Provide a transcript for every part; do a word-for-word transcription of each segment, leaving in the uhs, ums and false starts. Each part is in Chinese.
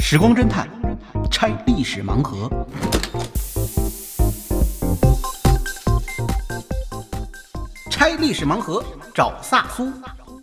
时光侦探拆历史盲盒。拆历史盲盒，找萨苏。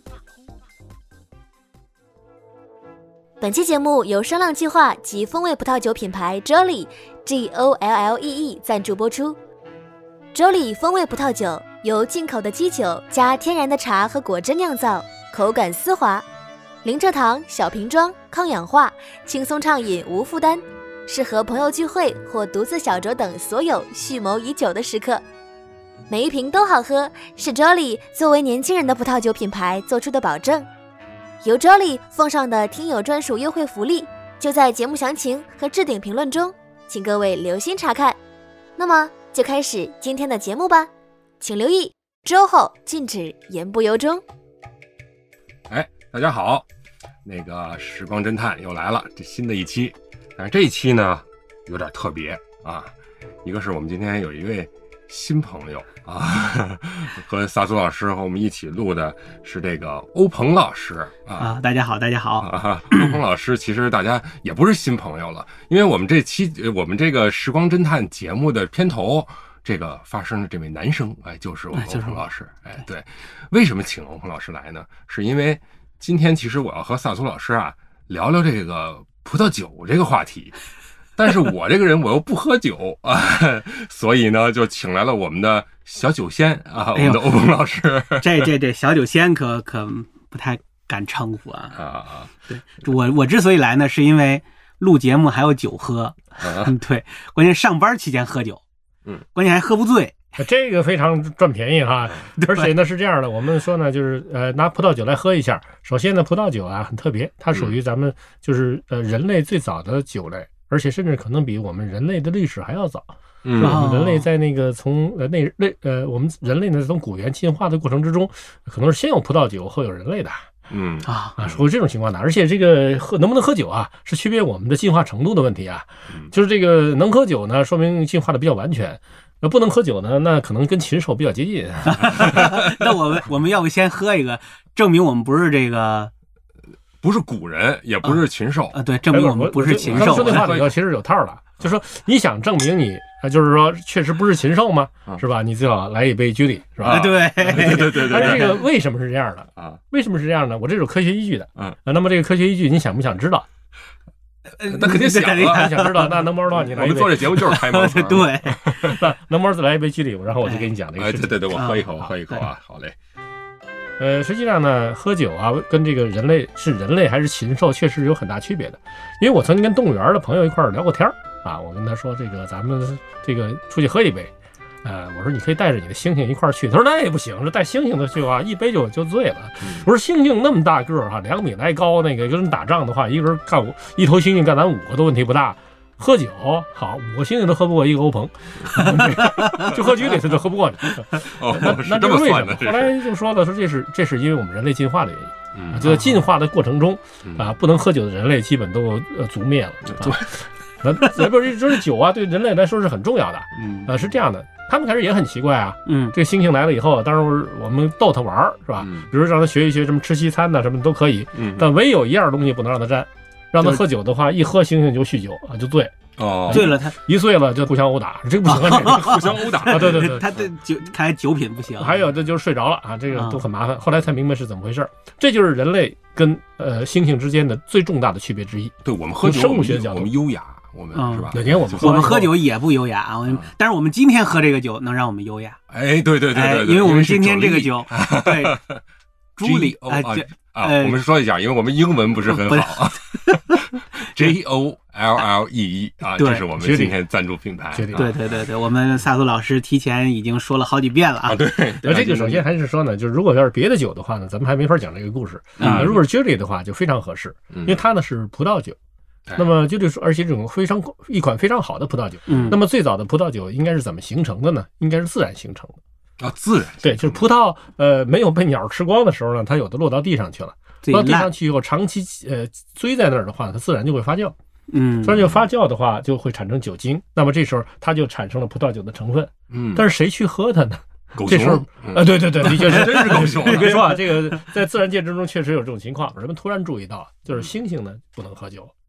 本期节目由声浪计划及风味葡萄酒品牌 Jolly G O L L E E 赞助播出。Jolly 风味葡萄酒由进口的基酒加天然的茶和果汁酿造，口感丝滑，零蔗糖、小瓶装，抗氧化，轻松畅饮无负担，适合朋友聚会或独自小酌等所有蓄谋已久的时刻。每一瓶都好喝，是 Jolly 作为年轻人的葡萄酒品牌做出的保证。由 Jolly 奉上的听友专属优惠福利，就在节目详情和置顶评论中，请各位留心查看。那么就开始今天的节目吧，请留意之后禁止言不由衷。 哎，大家好，那个时光侦探又来了，这新的一期，但是这一期呢有点特别啊，一个是我们今天有一位新朋友啊，和萨苏老师和我们一起录的是这个欧鹏老师 啊, 啊，大家好，大家好。 啊、欧鹏老师其实大家也不是新朋友了，因为我们这期我们这个时光侦探节目的片头，这个发生的这位男生，哎，就是我们欧鹏老师。哎，对，为什么请欧鹏老师来呢？是因为今天其实我要和萨苏老师啊聊聊这个葡萄酒这个话题。但是我这个人我又不喝酒啊，所以呢就请来了我们的小酒仙啊，我们的欧鹏老师。 这这这小酒仙可可不太敢称呼啊。 啊， 对，我我之所以来呢，是因为录节目还有酒喝。啊、对，关键上班期间喝酒，嗯，关键还喝不醉。 这个非常赚便宜哈，而且呢是这样的，我们说呢就是呃拿葡萄酒来喝一下。首先呢，葡萄酒啊很特别，它属于咱们就是呃人类最早的酒类。而且甚至可能比我们人类的历史还要早，嗯，我们人类在那个从呃那类呃我们人类呢从古猿进化的过程之中，可能是先有葡萄酒后有人类的，嗯啊啊，属于这种情况的。而且这个喝能不能喝酒啊，是区别我们的进化程度的问题啊。就是这个能喝酒呢，说明进化的比较完全。那不能喝酒呢，那可能跟禽兽比较接近。 那我们我们要不先喝一个，证明我们不是这个。 不是古人，也不是禽兽啊！对，证明我们不是禽兽。 说那话里头其实有套了，就说你想证明你，就是说确实不是禽兽吗？是吧？你最好来一杯居里，是吧？ 对对对对。 但是这个为什么是这样的啊？为什么是这样的？我这是有科学依据的。嗯，那么这个科学依据，你想不想知道？ 那肯定想了，想知道。那能猫的话，你来一杯。 我们做这节目就是开盲盒。 对， 那能猫再来一杯居里，然后我就给你讲这个事情。 对对对，我喝一口，我喝一口啊，好嘞。 呃，实际上呢，喝酒啊，跟这个人类是人类还是禽兽，确实有很大区别的。因为我曾经跟动物园的朋友一块聊过天啊，我跟他说，这个咱们这个出去喝一杯，呃，我说你可以带着你的猩猩一块去。他说那也不行，这带猩猩的去啊，一杯就就醉了。我说猩猩那么大个儿哈，两米来高，那个跟人打仗的话，一个人干五一头猩猩干咱五个都问题不大。喝酒好，五个猩猩都喝不过一个欧鹏，就喝酒里他都喝不过你。 哦， 那那这是为什么？后来就说了，说这是这是因为我们人类进化的原因。嗯，就在进化的过程中啊，不能喝酒的人类基本都呃族灭了。对，那不是就是酒啊，对人类来说是很重要的。嗯，啊是这样的，他们开始也很奇怪啊。嗯，这个猩猩来了以后，当然我们逗他玩是吧？比如让他学一学什么吃西餐呐，什么都可以。嗯，但唯有一样东西不能让他沾。让他喝酒的话，一喝猩猩就酗酒啊，就醉。 哦， 醉了他一醉了就互相殴打，这不行啊，这个互相殴打啊，对对对， 他的酒看来酒品不行。 还有这就是睡着了啊，这个都很麻烦。后来才明白是怎么回事，这就是人类跟呃猩猩之间的最重大的区别之一。 对，我们喝酒， 生物学角度， 我们优雅，我们是吧？ 有天我们我们喝酒也不优雅啊，但是我们今天喝这个酒能让我们优雅。 哎，对对对对， 因为我们今天这个酒，对， 朱莉啊啊，我们说一下，因为我们英文不是很好。J O L L E E 啊，这是我们今天赞助品牌。 对对对对，我们萨苏老师提前已经说了好几遍了啊。 对， 那这个首先还是说呢，就是如果要是别的酒的话呢，咱们还没法讲这个故事。啊，如果是 Jolly 的话，就非常合适，因为它呢是葡萄酒。那么 Jolly 说，而且这种非常一款非常好的葡萄酒。嗯。那么最早的葡萄酒应该是怎么形成的呢？应该是自然形成的。 啊，自然。 对，就是葡萄呃没有被鸟吃光的时候呢，它有的落到地上去了。落到地上去以后，长期呃堆在那儿的话，它自然就会发酵。嗯，自然就发酵的话，就会产生酒精。那么这时候它就产生了葡萄酒的成分。嗯，但是谁去喝它呢？这时候啊，对对对，的确是真是狗熊。 你别说啊，这个在自然界之中确实有这种情况。人们突然注意到，就是猩猩呢不能喝酒，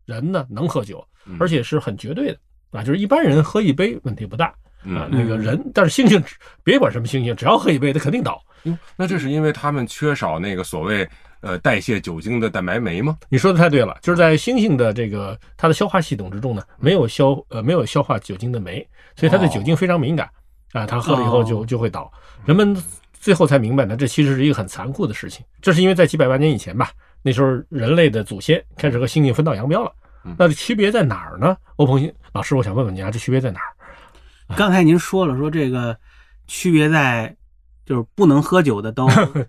人呢能喝酒，而且是很绝对的啊，就是一般人喝一杯问题不大啊，那个人，但是猩猩别管什么猩猩，只要喝一杯，他肯定倒。 那这是因为他们缺少那个所谓呃代谢酒精的蛋白酶吗？ 你说的太对了，就是在猩猩的这个它的消化系统之中呢，没有消呃没有消化酒精的酶，所以它对酒精非常敏感啊，它喝了以后就就会倒。人们最后才明白呢，这其实是一个很残酷的事情。这是因为在几百万年以前吧，那时候人类的祖先开始和猩猩分道扬镳了。那这区别在哪儿呢？欧鹏老师，我想问问您啊，这区别在哪儿？ 刚才您说了，说这个区别在就是不能喝酒的都反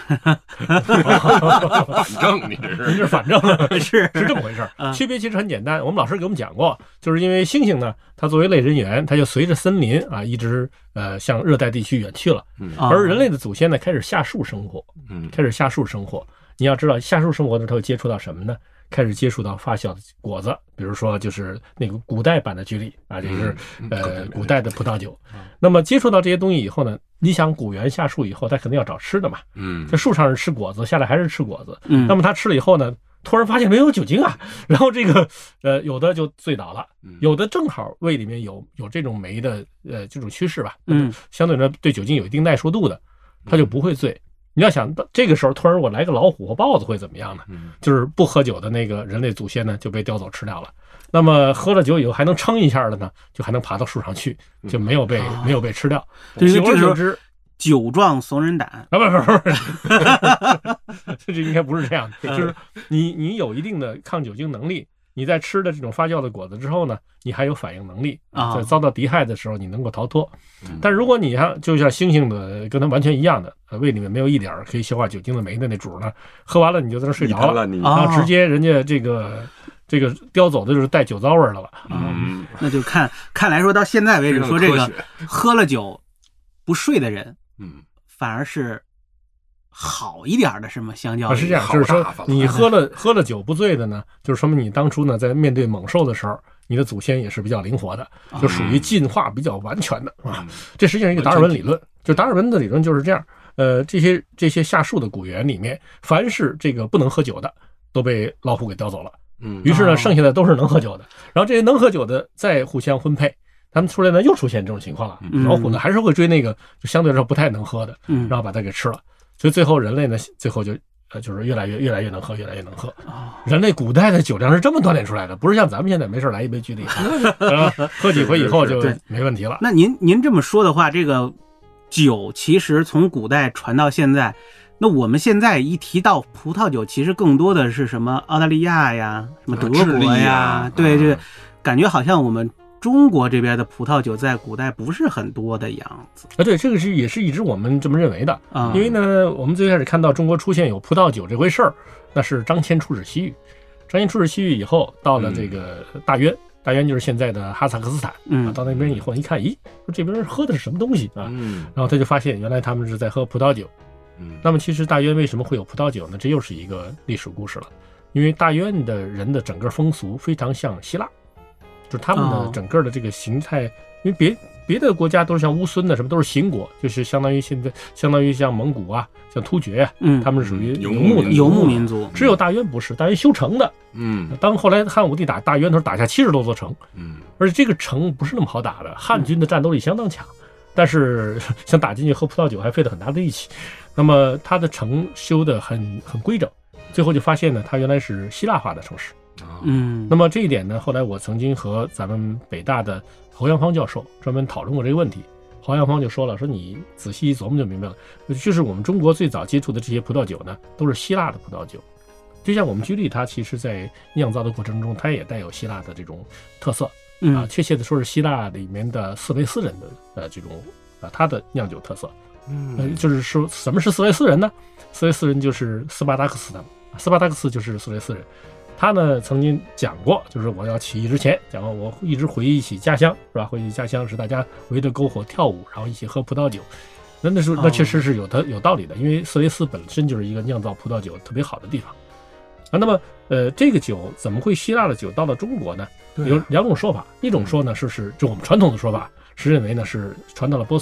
正你这是您这反正是是这么回事。区别其实很简单，我们老师给我们讲过，就是因为猩猩呢，它作为类人猿，它就随着森林啊一直呃向热带地区远去了，而人类的祖先呢开始下树生活，嗯，开始下树生活。你要知道，下树生活的时候接触到什么呢？开始接触到发酵的果子，比如说就是那个古代版的居里啊，就是呃古代的葡萄酒。那么接触到这些东西以后呢，你想古猿下树以后，他肯定要找吃的嘛。嗯，在树上是吃果子，下来还是吃果子。嗯，那么他吃了以后呢，突然发现没有酒精啊，然后这个呃有的就醉倒了，有的正好胃里面有有这种酶的呃这种趋势吧，嗯，相对来对酒精有一定耐受度的，他就不会醉。你要想到这个时候突然我来个老虎或豹子会怎么样呢？就是不喝酒的那个人类祖先呢就被叼走吃掉了。那么喝了酒以后还能撑一下的呢，就还能爬到树上去，就没有被、哦、没有被吃掉。久而久之， 酒壮怂人胆啊！不不不，这应该不是这样的，就是你你有一定的抗酒精能力。你在吃了这种发酵的果子之后呢，你还有反应能力啊，在遭到敌害的时候你能够逃脱。但如果你像就像猩猩的跟它完全一样的，胃里面没有一点可以消化酒精的酶的那主呢，喝完了你就在那睡着了，然后直接人家这个这个叼走的就是带酒糟味的了。 嗯，那就看看来说到现在为止，说这个喝了酒不睡的人，嗯，反而是好一点的是吗？相较是这样，就是说你喝了喝了酒不醉的呢，就是说明你当初呢在面对猛兽的时候，你的祖先也是比较灵活的，就属于进化比较完全的啊。这实际上一个达尔文理论，就达尔文的理论就是这样。呃，这些这些下树的古猿里面，凡是这个不能喝酒的，都被老虎给叼走了。嗯，于是呢，剩下的都是能喝酒的。然后这些能喝酒的再互相婚配，他们出来呢又出现这种情况了。老虎呢还是会追那个就相对来说不太能喝的，然后把它给吃了。所以最后人类呢，最后就呃就是越来越越来越能喝，越来越能喝。人类古代的酒量是这么锻炼出来的，不是像咱们现在没事来一杯居里，啊，喝几回以后就没问题了。 那您您这么说的话，这个酒其实从古代传到现在，那我们现在一提到葡萄酒，其实更多的是什么澳大利亚呀，什么德国呀，啊、对对，感觉好像我们中国这边的葡萄酒在古代不是很多的样子啊。对，这个是也是一直我们这么认为的啊。因为呢，我们最开始看到中国出现有葡萄酒这回事儿，那是张骞出使西域。张骞出使西域以后，到了这个大渊，嗯、大渊就是现在的哈萨克斯坦。嗯、啊，到那边以后一看，咦，说这边喝的是什么东西啊？嗯、然后他就发现原来他们是在喝葡萄酒。嗯，那么其实大渊为什么会有葡萄酒呢？这又是一个历史故事了。因为大渊的人的整个风俗非常像希腊。就是他们的整个的这个形态，哦、因为别别的国家都是像乌孙的什么都是秦国，就是相当于现在相当于像蒙古啊，像突厥啊，嗯，他们是属于游牧的游牧民族。 只有大渊不是，大渊修城的，嗯，当后来汉武帝打大渊的时候，打下七十多座城，嗯，而且这个城不是那么好打的，汉军的战斗力相当强，但是想打进去喝葡萄酒还费了很大的力气。那么他的城修得很很规整，最后就发现呢，它原来是希腊化的城市。嗯，那么这一点呢，后来我曾经和咱们北大的侯阳芳教授专门讨论过这个问题。侯阳芳就说了，说你仔细一琢磨就明白了，就是我们中国最早接触的这些葡萄酒呢，都是希腊的葡萄酒。就像我们居里，它其实在酿造的过程中，它也带有希腊的这种特色，嗯、啊，确切的说是希腊里面的斯维斯人的呃这种啊它的酿酒特色。嗯、呃，就是说什么是斯维斯人呢？斯维斯人就是斯巴达克斯的，斯巴达克斯就是斯维斯人。他呢曾经讲过，就是我要起义之前讲过，我一直回忆起家乡，是吧？回忆家乡是大家围着篝火跳舞，然后一起喝葡萄酒。那那时候那确实是有它有道理的，因为斯维斯本身就是一个酿造葡萄酒特别好的地方啊。那么呃，这个酒怎么会希腊的酒到了中国呢？有两种说法，一种说呢是是就我们传统的说法是认为呢是传到了波斯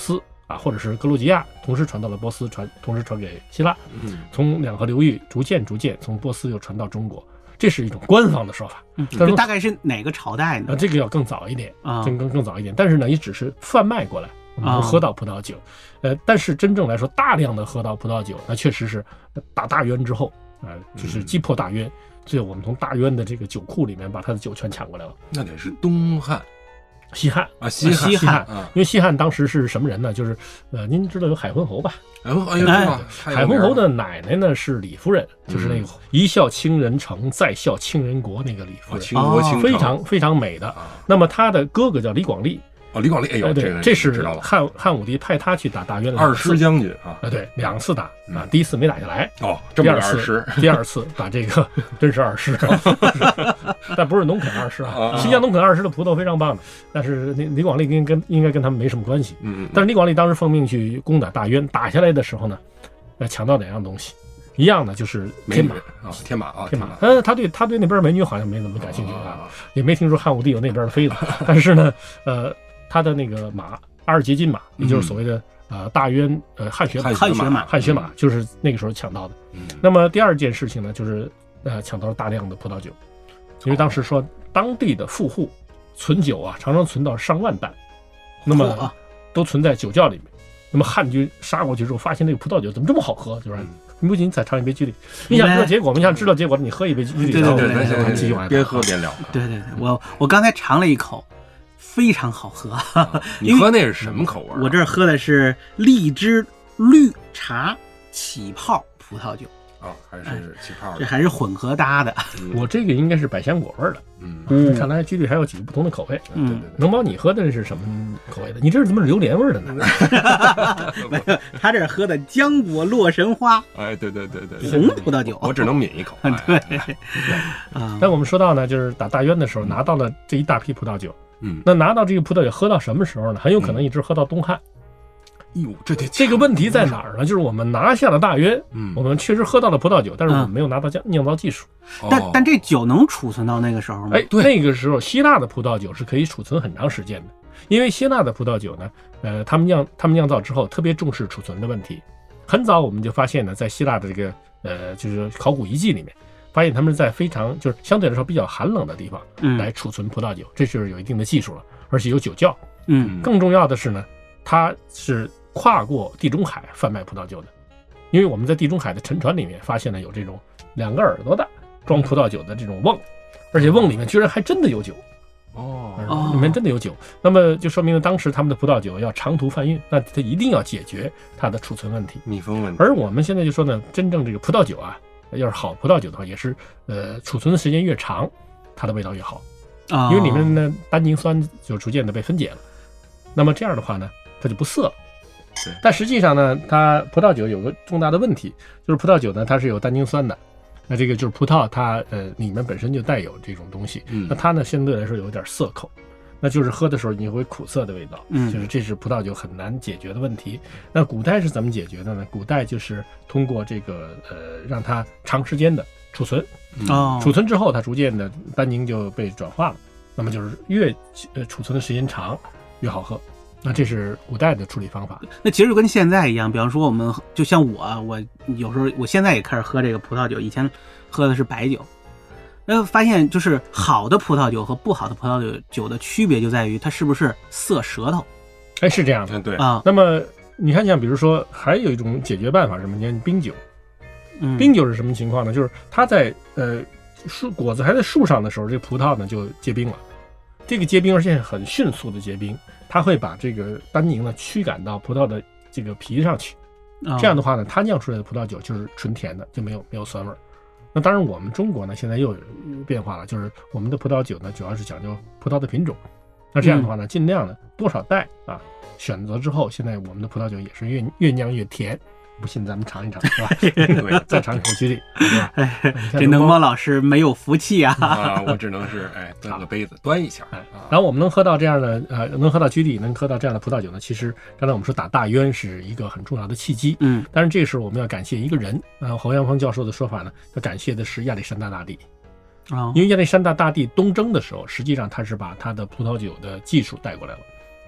啊，或者是格鲁吉亚，同时传到了波斯，传同时传给希腊， 嗯， 从两河流域逐渐逐渐从波斯又传到中国，这是一种官方的说法。 嗯， 但是这大概是哪个朝代呢？ 啊，这个要更早一点啊， 更更更早一点，但是呢，也只是贩卖过来，我们能喝到葡萄酒，呃，但是真正来说，大量的喝到葡萄酒，那确实是打大渊之后啊、呃，就是击破大渊。所以我们从大渊的这个酒库里面把他的酒全抢过来了。 那得是东汉、 西汉啊，西汉， 西汉， 啊、 因为西汉当时是什么人呢？就是呃，您知道有海昏侯吧？ 哎呦，哎呦，哎海昏侯的奶奶呢是李夫人，就是那个一笑倾人城，再笑倾人国那个李夫人， 倾国倾城， 非常非常美的。那么他的哥哥叫李广利。 哦，李广利，哎呦， 对， 这个这是汉汉武帝派他去打大渊， 二师将军啊， 啊，对，两次打啊，第一次没打下来， 哦，这么个二师，第二次把这个真是二师，但不是农垦二师啊，新疆农垦二师的葡萄非常棒的，但是李李广利跟跟应该跟他们没什么关系， 嗯， 但是李广利当时奉命去攻打大渊，打下来的时候呢，呃，抢到两样东西。一样的就是天马啊，天马啊， 天马。呃，他对他对那边美女好像没怎么感兴趣啊， 也没听说汉武帝有那边的妃子，但是呢，呃。他的那个马阿尔捷金马，也就是所谓的呃大渊呃汗血马， 汗血马， 汗血马就是那个时候抢到的。那么第二件事情呢，就是呃抢到了大量的葡萄酒，因为当时说当地的富户存酒啊，常常存到上万担，那么都存在酒窖里面。那么汉军杀过去之后，发现这个葡萄酒怎么这么好喝，就是你不仅再尝一杯居里，你想知道结果吗？你想知道结果，你喝一杯居里，然后对对对， 继续往边喝边聊。 对对对，我我刚才尝了一口。非常好喝， 啊、你喝那是什么口味、啊？ 我这儿喝的是荔枝绿茶起泡葡萄酒啊、哦，还是起泡的， 这还是混合搭的。 嗯、我这个应该是百香果味的， 嗯， 嗯看来居里还有几个不同的口味。 嗯， 对对对，能宝你喝的是什么口味的？你这是怎么榴莲味的呢？ 没有，他这喝的浆果洛神花。 哎，对对对对， 红葡萄酒， 我只能抿一口。 对， 啊，但我们说到呢，就是打大渊的时候拿到了这一大批葡萄酒。 嗯， 那拿到这个葡萄酒喝到什么时候呢？很有可能一直喝到东汉。 哟、嗯，这得这个问题在哪儿呢？就是我们拿下了大渊， 嗯， 我们确实喝到了葡萄酒，但是我们没有拿到酿造技术。 嗯、 但但这酒能储存到那个时候吗？ 哎，对，那个时候希腊的葡萄酒是可以储存很长时间的，因为希腊的葡萄酒呢，呃，他们酿他们酿造之后特别重视储存的问题。很早我们就发现呢，在希腊的这个呃，就是考古遗迹里面。发现他们在非常就是相对来说比较寒冷的地方来储存葡萄酒，嗯、这就是有一定的技术了，而且有酒窖。 嗯， 更重要的是呢，它是跨过地中海贩卖葡萄酒的，因为我们在地中海的沉船里面发现了有这种两个耳朵的装葡萄酒的这种瓮，而且瓮里面居然还真的有酒。 哦， 里面真的有酒，那么就说明了当时他们的葡萄酒要长途贩运，那它一定要解决它的储存问题、 密封问题。 而我们现在就说呢，真正这个葡萄酒啊。要是好葡萄酒的话，也是呃储存的时间越长，它的味道越好啊， 因为里面的单宁酸就逐渐的被分解了。那么这样的话呢，它就不涩了。 对， 但实际上呢，它葡萄酒有个重大的问题，就是葡萄酒呢它是有单宁酸的，那这个就是葡萄它呃里面本身就带有这种东西， 嗯， 那它呢相对来说有点涩口。那就是喝的时候你会苦涩的味道， 嗯， 就是这是葡萄酒很难解决的问题。那古代是怎么解决的呢？古代就是通过这个呃让它长时间的储存， 哦， 储存之后它逐渐的单宁就被转化了，那么就是越呃储存的时间长越好喝。那这是古代的处理方法。 那其实就跟现在一样，比方说我们就像我，我有时候我现在也开始喝这个葡萄酒，以前喝的是白酒。然后发现就是好的葡萄酒和不好的葡萄酒酒的区别就在于它是不是涩舌头。 哎，是这样的， 对啊。 那么你看，像比如说，还有一种解决办法是什么？叫冰酒。 嗯， 冰酒是什么情况呢？就是它在呃树果子还在树上的时候，这个葡萄呢就结冰了。这个结冰而且很迅速的结冰，它会把这个单宁呢驱赶到葡萄的这个皮上去。 哦、 这样的话呢，它酿出来的葡萄酒就是纯甜的，就没有没有酸味儿。那当然，我们中国呢现在又有变化了，就是我们的葡萄酒呢主要是讲究葡萄的品种。那这样的话呢， 嗯、 尽量呢多少代啊选择之后，现在我们的葡萄酒也是越越酿越甜。不信咱们尝一尝，是吧？对，再尝一口居里，是吧？ 哎，这能猫老师没有福气啊！ 啊，我只能是哎端个杯子端一下。 哎，然后我们能喝到这样的呃，能喝到居里，能喝到这样的葡萄酒呢，其实刚才我们说打大渊是一个很重要的契机。 嗯， 但是这个时候我们要感谢一个人，呃，侯阳峰教授的说法呢，要感谢的是亚历山大大帝。 啊， 因为亚历山大大帝东征的时候，实际上他是把他的葡萄酒的技术带过来了。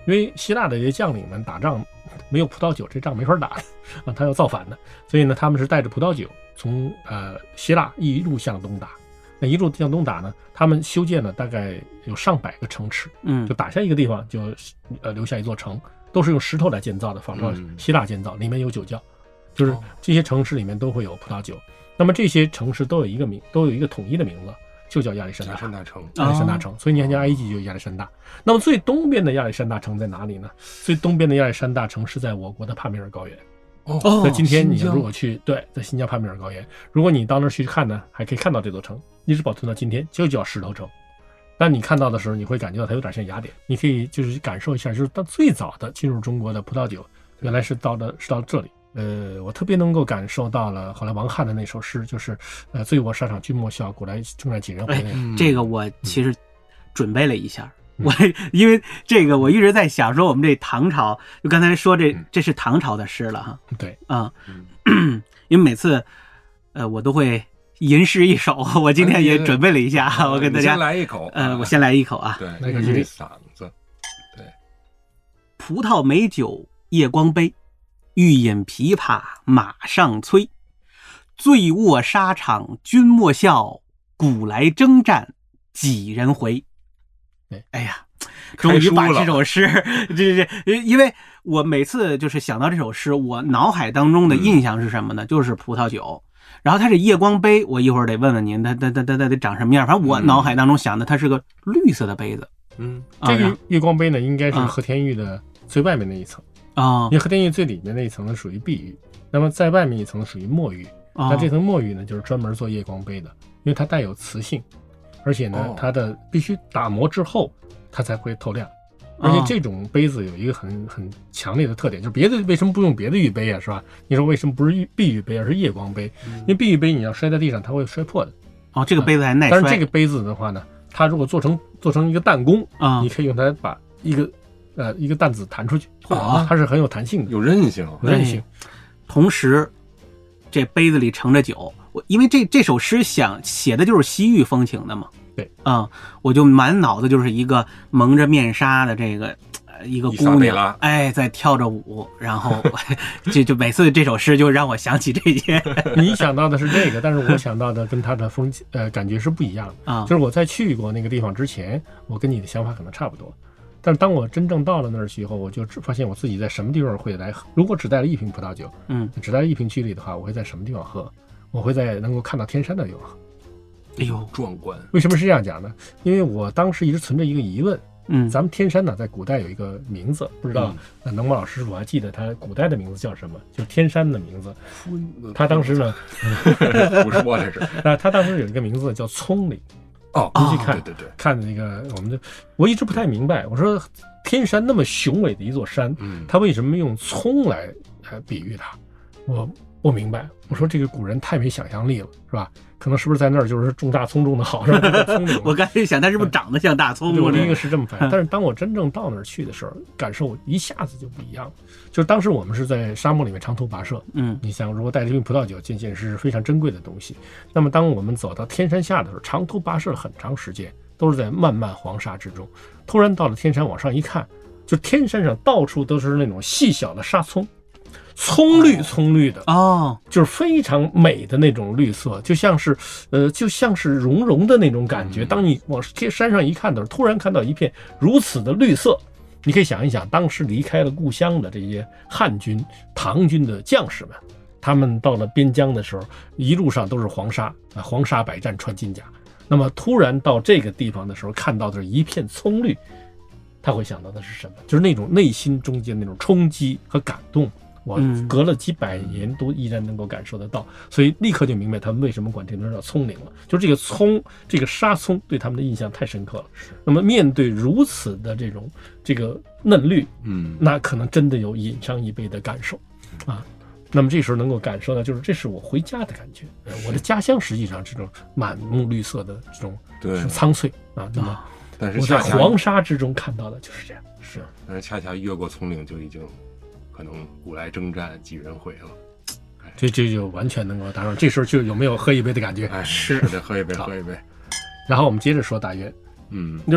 因为希腊的这些将领们打仗没有葡萄酒，这仗没法打的啊，他要造反的，所以呢，他们是带着葡萄酒从呃希腊一路向东打。那一路向东打呢，他们修建了大概有上百个城池， 嗯， 就打下一个地方就呃留下一座仿都是用石头来建造的，仿照希腊建造，里面有酒窖，就是这些城市里面都会有葡萄酒。那么这些城市都有一个名，都有一个统一的名字，就叫亚历山大。 亚历山大城， 亚历山大城。所以你看，像埃及就有亚历山大。那么最东边的亚历山大城在哪里呢？最东边的亚历山大城是在我国的帕米尔高原。 哦， 在今天你如果去对，在新疆帕米尔高原，如果你到那儿去看呢，还可以看到这座城，一直保存到今天，就叫石头城。但你看到的时候，你会感觉到它有点像雅典，你可以就是感受一下，就是到最早的进入中国的葡萄酒，原来是到的是到这里。呃，我特别能够感受到了后来王翰的那首诗，就是呃，醉卧沙场君莫笑，古来征战几人回。 哎，这个我其实准备了一下。我因为这个，我一直在想说，我们这唐朝，就刚才说这这是唐朝的诗了哈。 对， 啊、嗯，因为每次，呃，我都会吟诗一首，我今天也准备了一下， 哎、 我跟大家先来一口。 呃，我先来一口啊。 对， 那个这嗓子。对， 葡萄美酒夜光杯，欲饮琵琶马上催。醉卧沙场君莫笑，古来征战几人回。哎呀，终于把这首诗，这这，因为我每次就是想到这首诗，我脑海当中的印象是什么呢？嗯、就是葡萄酒。然后它是夜光杯，我一会儿得问问您，它它它它它得长什么样？反正我脑海当中想的，它是个绿色的杯子。 嗯， 这个夜光杯呢，应该是和田玉的最外面那一层啊， 因为和田玉最里面那一层呢属于碧玉，那么在外面一层属于墨玉。那这层墨玉呢，就是专门做夜光杯的，因为它带有磁性。而且呢，它的必须打磨之后，它才会透亮。而且这种杯子有一个很很强烈的特点，就是别的为什么不用别的玉杯啊，是吧？你说为什么不是碧玉杯，而是夜光杯？因为碧玉杯你要摔在地上，它会摔破的。 哦，这个杯子还耐摔。 但是这个杯子的话呢，它如果做成做成一个弹弓啊， 你可以用它把一个呃一个弹子弹出去，啊，它是很有弹性的， 有韧性， 有韧性。 同时，这杯子里盛着酒。因为这这首诗想写的就是西域风情的嘛， 对， 嗯，我就满脑子就是一个蒙着面纱的这个一个姑娘，哎，在跳着舞，然后就就每次这首诗就让我想起这些。 你想到的是这个，但是我想到的跟他的风呃感觉是不一样的啊。就是我在去过那个地方之前，我跟你的想法可能差不多，但是当我真正到了那儿去以后，我就发现我自己在什么地方会来。如果只带了一瓶葡萄酒， 嗯， 只带了一瓶居里的话，我会在什么地方喝？我会在能够看到天山的地方。 哎呦， 壮观！ 为什么是这样讲呢？因为我当时一直存着一个疑问， 嗯， 咱们天山呢，在古代有一个名字，不知道呃能毛老师我还记得他古代的名字叫什么？就是天山的名字。他当时呢， 不是我这是， 那他当时有一个名字叫葱岭。 哦， 你去看， 对对对， 看那个我们的，我一直不太明白，我说天山那么雄伟的一座山， 嗯， 他为什么用葱来来比喻它？我不明白，我说这个古人太没想象力了，是吧？可能是不是在那儿就是种大葱种的好，是吧？ 我刚才想，他是不是长得像大葱？ 对，我第一个是这么反应。但是当我真正到那儿去的时候，感受一下子就不一样了。就是当时我们是在沙漠里面长途跋涉， 嗯， 你想，如果带着一瓶葡萄酒，渐渐是非常珍贵的东西。那么当我们走到天山下的时候，长途跋涉了很长时间，都是在漫漫黄沙之中。突然到了天山，往上一看，就天山上到处都是那种细小的沙葱。葱绿葱绿的哦， 就是非常美的那种绿色，就像是呃，就像是融融的那种感觉。当你往山上一看的时候，突然看到一片如此的绿色，你可以想一想，当时离开了故乡的这些汉军、唐军的将士们，他们到了边疆的时候，一路上都是黄沙啊，黄沙百战穿金甲。那么突然到这个地方的时候，看到的是一片葱绿，他会想到的是什么？就是那种内心中间那种冲击和感动。我隔了几百年都依然能够感受得到，所以立刻就明白他们为什么管这地方叫葱岭了。就这个葱，这个沙葱对他们的印象太深刻了。那么面对如此的这种这个嫩绿， 嗯， 那可能真的有饮上一杯的感受啊。那么这时候能够感受到，就是这是我回家的感觉。我的家乡实际上这种满目绿色的这种对苍翠啊，那么但是我在黄沙之中看到的就是这样。 是，但是恰恰越过葱岭就已经。可能古来征战几人回了， 哎、这这就完全能够达到。这时候就有没有喝一杯的感觉？ 哎， 是得喝一杯，喝一杯。 然后我们接着说大渊， 嗯， 就是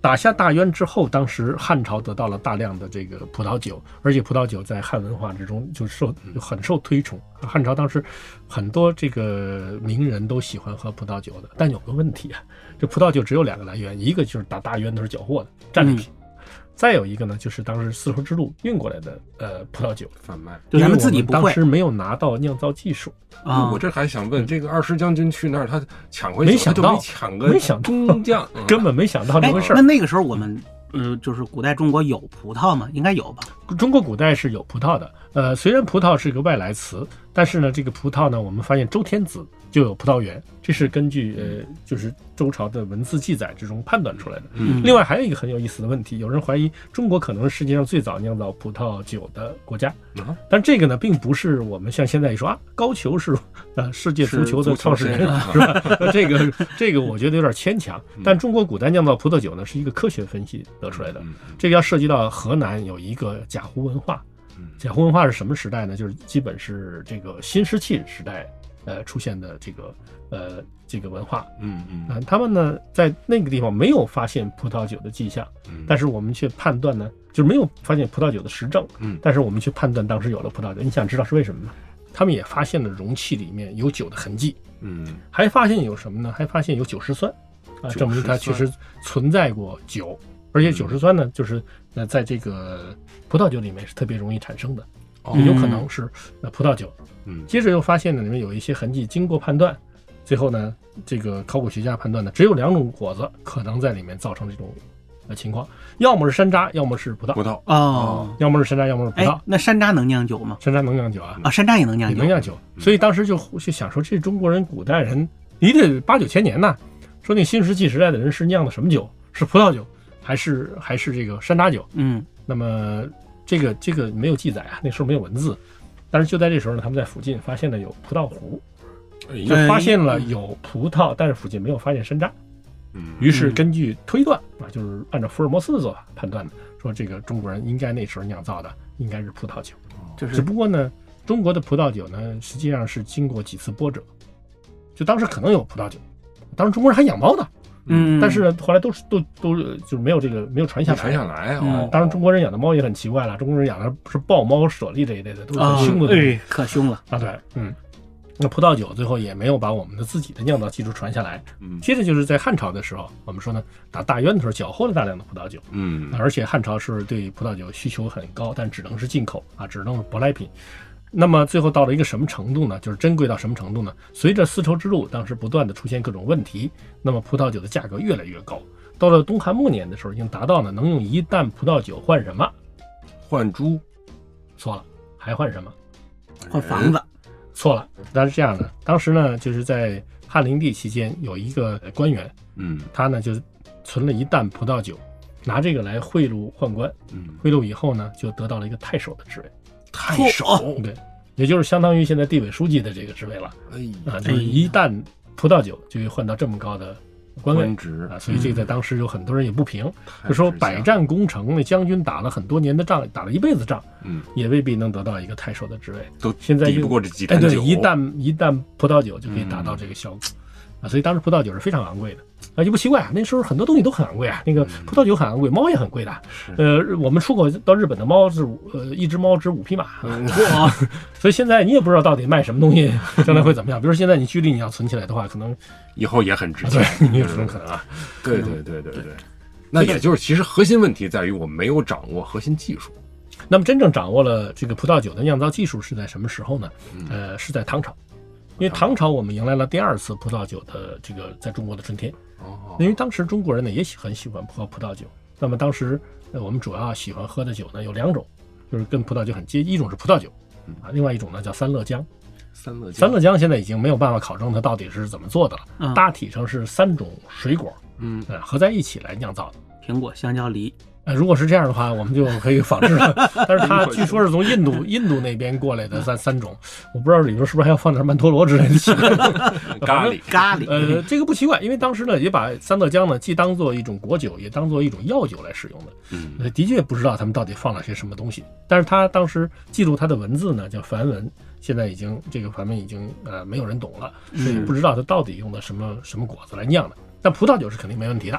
打下大渊之后，当时汉朝得到了大量的这个葡萄酒，而且葡萄酒在汉文化之中就受就很受推崇。汉朝当时很多这个名人都喜欢喝葡萄酒的，但有个问题啊，这葡萄酒只有两个来源，一个就是打大渊都是缴获的战利品。嗯，再有一个呢，就是当时丝绸之路运过来的呃葡萄酒贩卖， 对，他们自己不会， 当时没有拿到酿造技术啊。我这还想问，这个二师将军去那儿，他抢回没想到没抢个没想中将， 根本没想到这回事儿。 那那个时候我们呃，就是古代中国有葡萄吗？应该有吧。 中国古代是有葡萄的，呃，虽然葡萄是个外来词，但是呢，这个葡萄呢，我们发现周天子就有葡萄园，这是根据呃，就是周朝的文字记载之中判断出来的。 嗯， 另外还有一个很有意思的问题，有人怀疑中国可能是世界上最早酿造葡萄酒的国家， 啊、 但这个呢，并不是我们像现在一说啊，高俅是呃世界足球的创始人，是吧？这个这个我觉得有点牵强。但中国古代酿造葡萄酒呢，是一个科学分析得出来的。这个要涉及到河南有一个贾湖文化。贾湖文化是什么时代呢？就是基本是这个新石器时代，呃，出现的这个呃这个文化。 嗯嗯、 呃，他们呢在那个地方没有发现葡萄酒的迹象， 嗯、 但是我们却判断呢，就是没有发现葡萄酒的实证。 嗯， 但是我们却判断当时有了葡萄酒。你想知道是为什么吗？他们也发现了容器里面有酒的痕迹。 嗯， 还发现有什么呢？还发现有酒石酸，啊，证明它确实存在过酒。而且酒石酸呢，就是呃，在这个葡萄酒里面是特别容易产生的， 哦、 也有可能是呃葡萄酒。 嗯， 接着又发现呢，里面有一些痕迹，经过判断，最后呢，这个考古学家判断呢，只有两种果子可能在里面造成这种呃情况，要么是山楂，要么是葡萄。 葡萄哦， 要么是山楂，要么是葡萄。 那山楂能酿酒吗？ 山楂能酿酒啊？ 啊，山楂也能酿酒， 也能酿酒。所以当时就就想说，这中国人古代人，你得八九千年呐，说那新石器时代的人是酿的什么酒？是葡萄酒。还是还是这个山楂酒， 嗯， 那么这个这个没有记载啊，那时候没有文字，但是就在这时候呢，他们在附近发现了有葡萄壶，就发现了有葡萄，但是附近没有发现山楂， 嗯， 于是根据推断啊，就是按照福尔摩斯的做法判断的，说这个中国人应该那时候酿造的应该是葡萄酒， 就是只不过呢，中国的葡萄酒呢，实际上是经过几次波折，就当时可能有葡萄酒，当时中国人还养猫呢。 嗯， 但是呢，后来都是都都就是没有这个没有传下来， 传下来啊、 嗯。当然，中国人养的猫也很奇怪了，中国人养的不是豹猫、猞猁这一类的，都是很凶的东西， 哎，可凶了啊！对，嗯，那葡萄酒最后也没有把我们的自己的酿造技术传下来。 嗯， 接着就是在汉朝的时候，我们说呢，打大渊的时候缴获了大量的葡萄酒， 嗯， 而且汉朝是对葡萄酒需求很高，但只能是进口啊，只能是舶来品。那么最后到了一个什么程度呢？就是珍贵到什么程度呢？随着丝绸之路当时不断的出现各种问题，那么葡萄酒的价格越来越高。到了东汉末年的时候，已经达到了能用一担葡萄酒换什么？ 换猪？ 错了，还换什么？ 换房子？ 错了。但是这样的，当时呢，就是在汉灵帝期间有一个官员， 嗯， 他呢就存了一担葡萄酒，拿这个来贿赂宦官， 嗯， 贿赂以后呢，就得到了一个太守的职位。 太守， 对，也就是相当于现在地委书记的这个职位了。 哎啊，就是一担葡萄酒就可以换到这么高的官位职啊，所以这个在当时有很多人也不平，嗯、就说百战攻城，那将军打了很多年的仗，打了一辈子仗， 嗯， 也未必能得到一个太守的职位。 都现在抵不过这几担酒， 哎，对，一担一担葡萄酒就可以达到这个效果。嗯啊，所以当时葡萄酒是非常昂贵的啊，也不奇怪啊，那时候很多东西都很昂贵啊，那个葡萄酒很昂贵，猫也很贵的。呃，我们出口到日本的猫是呃一只猫值五匹马， 嗯、 所以现在你也不知道到底卖什么东西，将来会怎么样。比如说现在你居里你要存起来的话，可能以后也很值钱， 啊、对，你有这种可能啊。 对对对对对，那也就是其实核心问题在于我们没有掌握核心技术。 那么真正掌握了这个葡萄酒的酿造技术是在什么时候呢？呃，是在唐朝。因为唐朝我们迎来了第二次葡萄酒的这个在中国的春天， 哦， 因为当时中国人呢也很喜欢喝葡萄酒。那么当时呃我们主要喜欢喝的酒呢有两种，就是跟葡萄酒很接，一种是葡萄酒啊，另外一种呢叫三乐浆。 三乐浆， 三乐浆现在已经没有办法考证它到底是怎么做的了， 嗯、 大体上是三种水果， 嗯， 呃合在一起来酿造的， 苹果、香蕉、梨。 呃，如果是这样的话，我们就可以仿制了。但是它据说是从印度印度那边过来的三三种，我不知道里边是不是还要放点曼陀罗之类的咖喱咖喱。 呃，这个不奇怪，因为当时呢也把三乐浆呢既当做一种果酒，也当做一种药酒来使用的。 嗯， 呃，的确不知道他们到底放了些什么东西。但是他当时记录他的文字呢叫梵文，现在已经这个梵文已经呃没有人懂了，所以不知道他到底用的什么什么果子来酿的。但葡萄酒是肯定没问题的。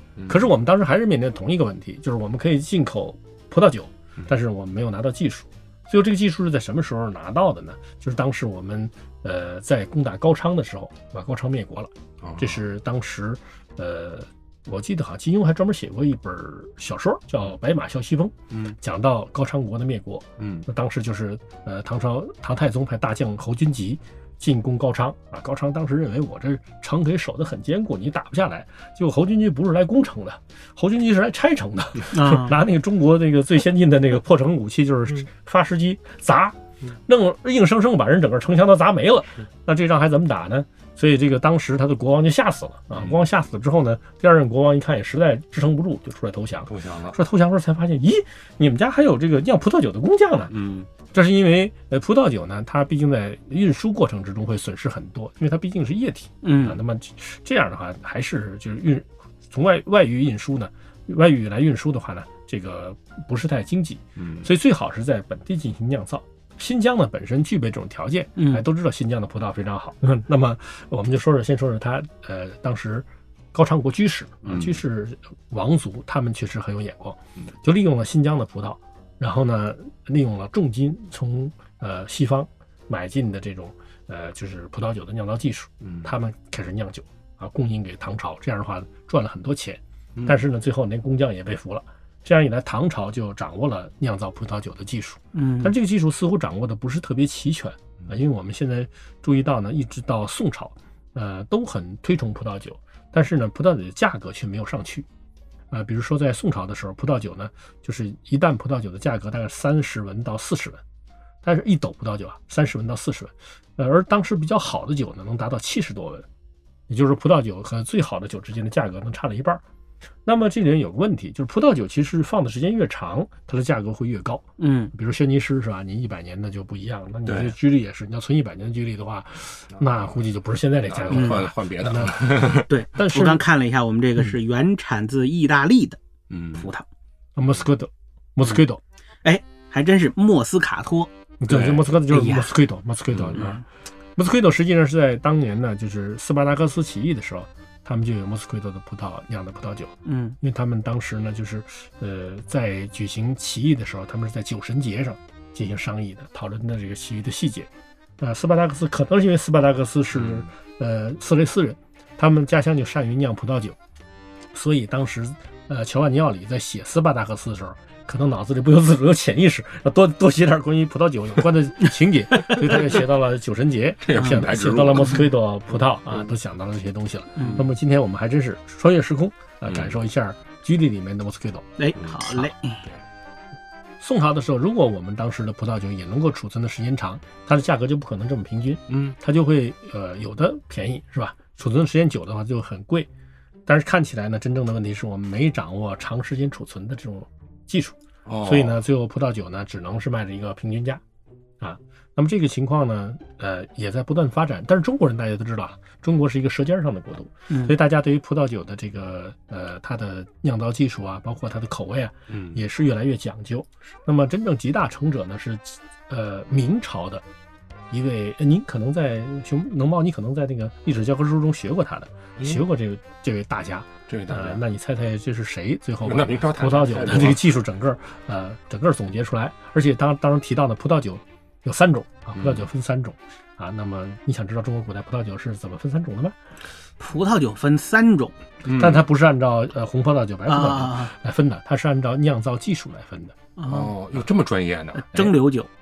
可是我们当时还是面临同一个问题，就是我们可以进口葡萄酒，但是我们没有拿到技术。最后这个技术是在什么时候拿到的呢？就是当时我们呃在攻打高昌的时候，把高昌灭国了。这是当时呃我记得好像金庸还专门写过一本小说叫《白马啸西风》，嗯，讲到高昌国的灭国。嗯，那当时就是呃唐朝唐太宗派大将侯君集进攻高昌啊，高昌当时认为我这城可以守得很坚固，你打不下来。结果侯君集不是来攻城的，侯君集是来拆城的，啊、拿那个中国那个最先进的那个破城武器，就是发石机砸，弄硬生生把人整个城墙都砸没了。那这仗还怎么打呢？所以这个当时他的国王就吓死了啊！国王吓死了之后呢，第二任国王一看也实在支撑不住，就出来投降。投降了。出来投降的时候才发现，咦，你们家还有这个酿葡萄酒的工匠呢。嗯。这是因为呃葡萄酒呢，它毕竟在运输过程之中会损失很多，因为它毕竟是液体。嗯。啊，那么这样的话，还是就是运从外外域运输呢，外域来运输的话呢，这个不是太经济。嗯。所以最好是在本地进行酿造。新疆呢本身具备这种条件，哎，都知道新疆的葡萄非常好。嗯、那么我们就说说，先说说他呃当时高昌国居士啊，居士王族，他们确实很有眼光，就利用了新疆的葡萄，然后呢利用了重金从呃西方买进的这种呃就是葡萄酒的酿造技术，他们开始酿酒啊，供应给唐朝，这样的话赚了很多钱。但是呢，最后连工匠也被俘了。这样一来，唐朝就掌握了酿造葡萄酒的技术。嗯，但这个技术似乎掌握的不是特别齐全啊，因为我们现在注意到呢，一直到宋朝，呃，都很推崇葡萄酒，但是呢，葡萄酒的价格却没有上去。啊、呃，比如说在宋朝的时候，葡萄酒呢，就是一担葡萄酒的价格大概三十文到四十文，但是一斗葡萄酒啊，三十文到四十文，呃，而当时比较好的酒呢，能达到七十多文，也就是葡萄酒和最好的酒之间的价格能差了一半。那么这里面有个问题，就是葡萄酒其实放的时间越长，它的价格会越高。嗯，比如轩尼诗是吧？你一百年的就不一样，那你这居利也是，你要存一百年的居利的话，那估计就不是现在这价格， 换换别的。 对，但是我刚看了一下，我们这个是原产自意大利的葡萄， 莫斯科的，莫斯科的， 哎，还真是莫斯卡托。 对，莫斯科的就是莫斯科的，莫斯科的啊。莫斯科的实际上是在当年呢，就是斯巴达克斯起义的时候。他们就有莫斯科的葡萄酿的葡萄酒，嗯，因为他们当时呢，就是呃，在举行起义的时候，他们是在酒神节上进行商议的，讨论的这个起义的细节。啊，斯巴达克斯可能是因为斯巴达克斯是呃色雷斯人，他们家乡就善于酿葡萄酒，所以当时呃乔万尼奥里在写斯巴达克斯的时候，可能脑子里不由自主有潜意识，要多多写点关于葡萄酒有关的情节，所以他就写到了酒神节，写写到了莫斯科的葡萄啊，都想到了这些东西了。嗯、那么今天我们还真是穿越时空啊，感受一下居里里面的莫斯科豆。 哎，好嘞。 宋朝的时候，如果我们当时的葡萄酒也能够储存的时间长，它的价格就不可能这么平均，嗯，它就会呃有的便宜是吧？储存时间久的话就很贵，但是看起来呢，真正的问题是我们没掌握长时间储存的这种技术。所以呢，最后葡萄酒呢只能是卖着一个平均价，啊，那么这个情况呢，呃，也在不断发展。但是中国人大家都知道，中国是一个舌尖上的国度，嗯、所以大家对于葡萄酒的这个呃它的酿造技术啊，包括它的口味啊，嗯，也是越来越讲究。那么真正集大成者呢是呃明朝的一位，呃、您可能在熊能猫，你可能在那个历史教科书中学过他的，嗯、学过这个这位大家。 这位大家， 呃，那你猜猜这是谁？最后把葡萄酒的这个技术整个呃整个总结出来，而且当当时提到的葡萄酒有三种啊，葡萄酒分三种啊。那么你想知道中国古代葡萄酒是怎么分三种的吗？ 葡萄酒分三种， 但它不是按照呃红葡萄酒、白葡萄酒来分的，它是按照酿造技术来分的。 哦，有这么专业呢？ 蒸馏酒。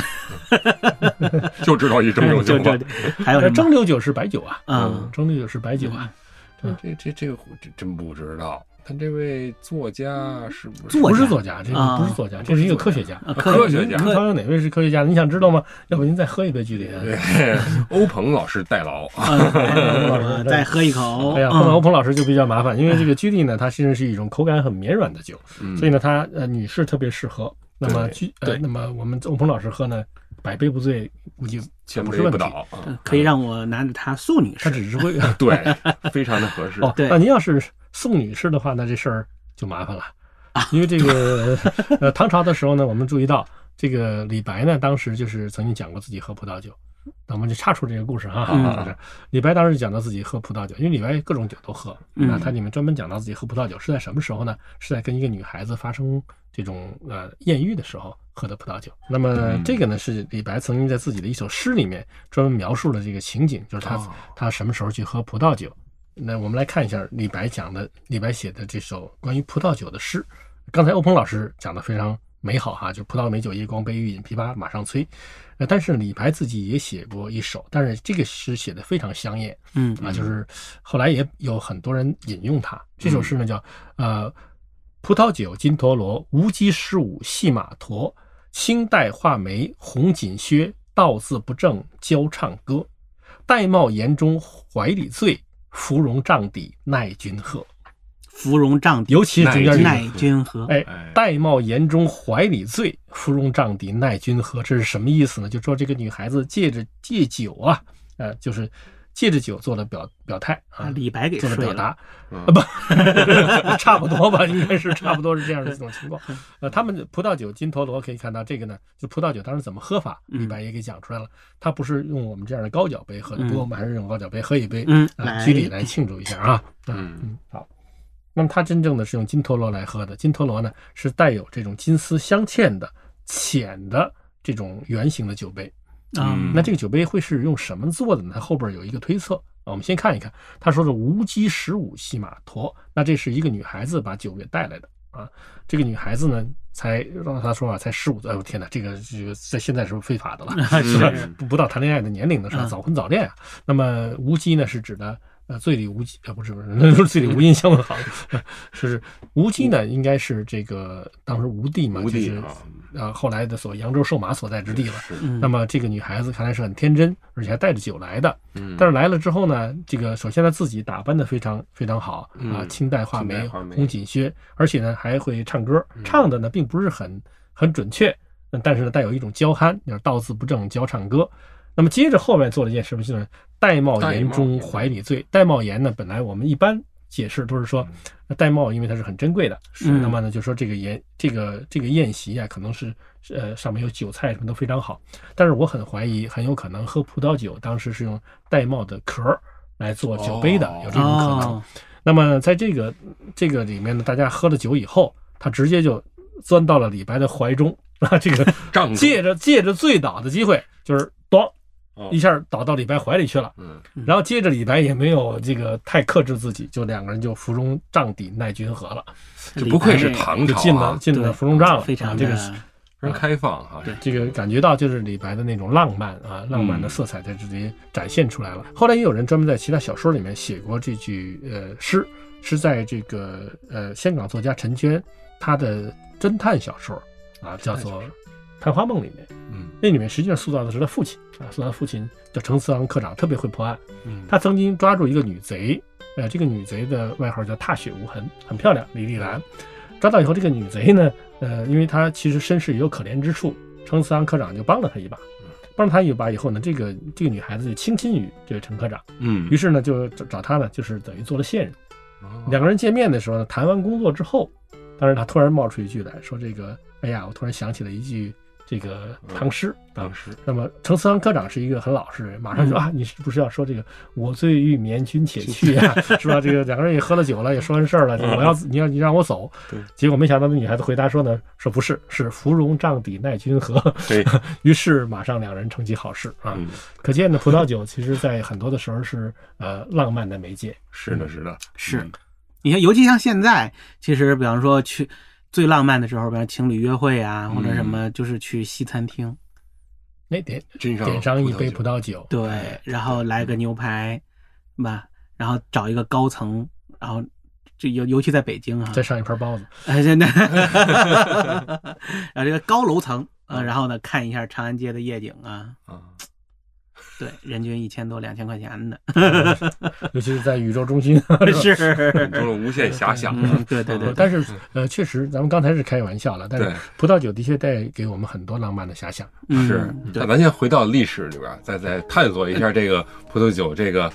就知道一蒸馏酒吧， 还有蒸馏酒是白酒啊，嗯，蒸馏酒是白酒啊。 这这这这个这真不知道，他这位作家是不是？ 不是作家，这个不是作家，这是一个科学家。 科学家， 您有哪位是科学家？你想知道吗？要不您再喝一杯居里？ 欧鹏老师代劳， 再喝一口。 哎呀，碰到欧鹏老师就比较麻烦，因为这个居里呢，它其实是一种口感很绵软的酒，所以呢，它呃女士特别适合。那么居呃，那么我们欧鹏老师喝呢，百杯不醉，估计千不是问题， 可以让我拿着它送女士， 他只是会对，非常的合适。 哦，那您要是送女士的话，那这事儿就麻烦了，因为这个呃唐朝的时候呢，我们注意到这个李白呢，当时就是曾经讲过自己喝葡萄酒， 那我们就插出这个故事哈。 嗯、 李白当时讲到自己喝葡萄酒，因为李白各种酒都喝， 嗯、 那他里面专门讲到自己喝葡萄酒是在什么时候呢？是在跟一个女孩子发生这种呃艳遇的时候喝的葡萄酒。那么这个呢是李白曾经在自己的一首诗里面专门描述了这个情景，就是他、哦、他什么时候去喝葡萄酒。那我们来看一下李白讲的，李白写的这首关于葡萄酒的诗。刚才欧鹏老师讲的非常美好哈，就葡萄美酒夜光杯，欲饮琵琶马上催。呃，但是李白自己也写过一首，但是这个诗写的非常香艳， 嗯啊，就是后来也有很多人引用它。这首诗呢叫呃，葡萄酒金陀罗，无稽十五细马驮，青黛画眉红锦靴，道字不正教唱歌，玳瑁檐中怀里醉，芙蓉帐底奈君何。 芙蓉帐底， 尤其是中间奈君何。 哎，玳瑁檐中怀里醉，芙蓉帐底奈君何。这是什么意思呢？就说这个女孩子借着借酒啊，呃，就是借着酒做了表表态啊。 李白给睡了啊，不，差不多吧，应该是差不多是这样的这种情况。呃，他们葡萄酒金陀罗可以看到这个呢，就葡萄酒当时怎么喝法，李白也给讲出来了。他不是用我们这样的高脚杯喝的，不过我们还是用高脚杯喝一杯， 嗯， 啊，居礼来庆祝一下啊。嗯嗯，好。那么它真正的是用金陀罗来喝的，金陀罗呢是带有这种金丝镶嵌的浅的这种圆形的酒杯。 嗯， 那这个酒杯会是用什么做的呢？它后边有一个推测啊，我们先看一看。他说是无稽十五细马驮，那这是一个女孩子把酒给带来的啊。这个女孩子呢，才让他说啊，才十五岁。哎呦天哪，这个这个在现在是不是非法的了？是吧？不不到谈恋爱的年龄的是吧？早婚早恋啊。那么无稽呢是指的。呃，醉里无啊，不是不是，那是醉里无音相问好，是无稽呢，应该是这个当时吴地嘛， 吴地就是呃后来的所扬州授马所在之地了。 嗯、 那么这个女孩子看来是很天真，而且还带着酒来的。 嗯， 但是来了之后呢，这个首先她自己打扮的非常非常好、 嗯、 啊，青黛画眉，红锦靴，而且呢还会唱歌，嗯、唱的呢并不是很很准确，但是呢带有一种娇憨，就是道字不正教唱歌。那么接着后面做了一件什么事呢？玳瑁檐中怀里醉。玳瑁檐呢，本来我们一般解释都是说，玳瑁因为它是很珍贵的， 嗯、 那么呢就说这个宴这个这个宴席啊，可能是呃上面有酒菜什么都非常好。但是我很怀疑，很有可能喝葡萄酒当时是用玳瑁的壳来做酒杯的， 哦、 有这种可能。 哦、 那么在这个这个里面呢，大家喝了酒以后，他直接就钻到了李白的怀中啊，这个借着借着醉倒的机会，就是咣。一下倒到李白怀里去了， 嗯， 然后接着李白也没有这个太克制自己，就两个人就芙蓉帐底奈君何了， 这不愧是唐朝、啊， 进了进了芙蓉帐了， 非常这个非常开放啊， 对，这个感觉到就是李白的那种浪漫啊，浪漫的色彩在这里展现出来了。嗯、后来也有人专门在其他小说里面写过这句呃诗，是在这个呃香港作家陈娟他的侦探小说啊，叫做《探花梦》里面。 嗯， 那里面实际上塑造的是他父亲啊，塑造他父亲叫程思昂科长，特别会破案。 嗯， 他曾经抓住一个女贼，呃，这个女贼的外号叫踏雪无痕，很漂亮，李丽兰。抓到以后，这个女贼呢，呃，因为她其实身世也有可怜之处，程思昂科长就帮了她一把。帮了她一把以后呢，这个这个女孩子就倾心于这个程科长， 嗯， 于是呢就找找他呢，就是等于做了线人。 哦、 两个人见面的时候呢，谈完工作之后，当时他突然冒出一句来说：“这个，哎呀，我突然想起了一句。”这个唐诗， 唐诗。 那么程思昂科长是一个很老实人，马上说、嗯、啊，你是不是要说这个“我醉欲眠君且去”啊？是吧？这个两个人也喝了酒了，也说完事儿了，我要你要你让我走。结果没想到那女孩子回答说呢，说不是，是芙蓉帐底奈君何。 对。 于是马上两人成其好事啊。 嗯、 可见呢，葡萄酒其实在很多的时候是呃浪漫的媒介。 是的，是的， 是。嗯、你看，尤其像现在，其实比方说去。最浪漫的时候，比如情侣约会啊，或者什么，就是去西餐厅， 那点点点上一杯葡萄酒， 对，然后来个牛排，是吧？然后找一个高层，然后就尤尤其在北京啊， 再上一盘包子， 哎，真的，然后这个高楼层啊，然后呢看一下长安街的夜景啊， 啊。 对，人均一千多、两千块钱的， 尤其是在宇宙中心， 是中了无限遐想。 嗯、对对 对, 对。 但是呃，确实，咱们刚才是开玩笑了，但是葡萄酒的确带给我们很多浪漫的遐想。 是，那咱先回到历史里边，再再探索一下这个葡萄酒这个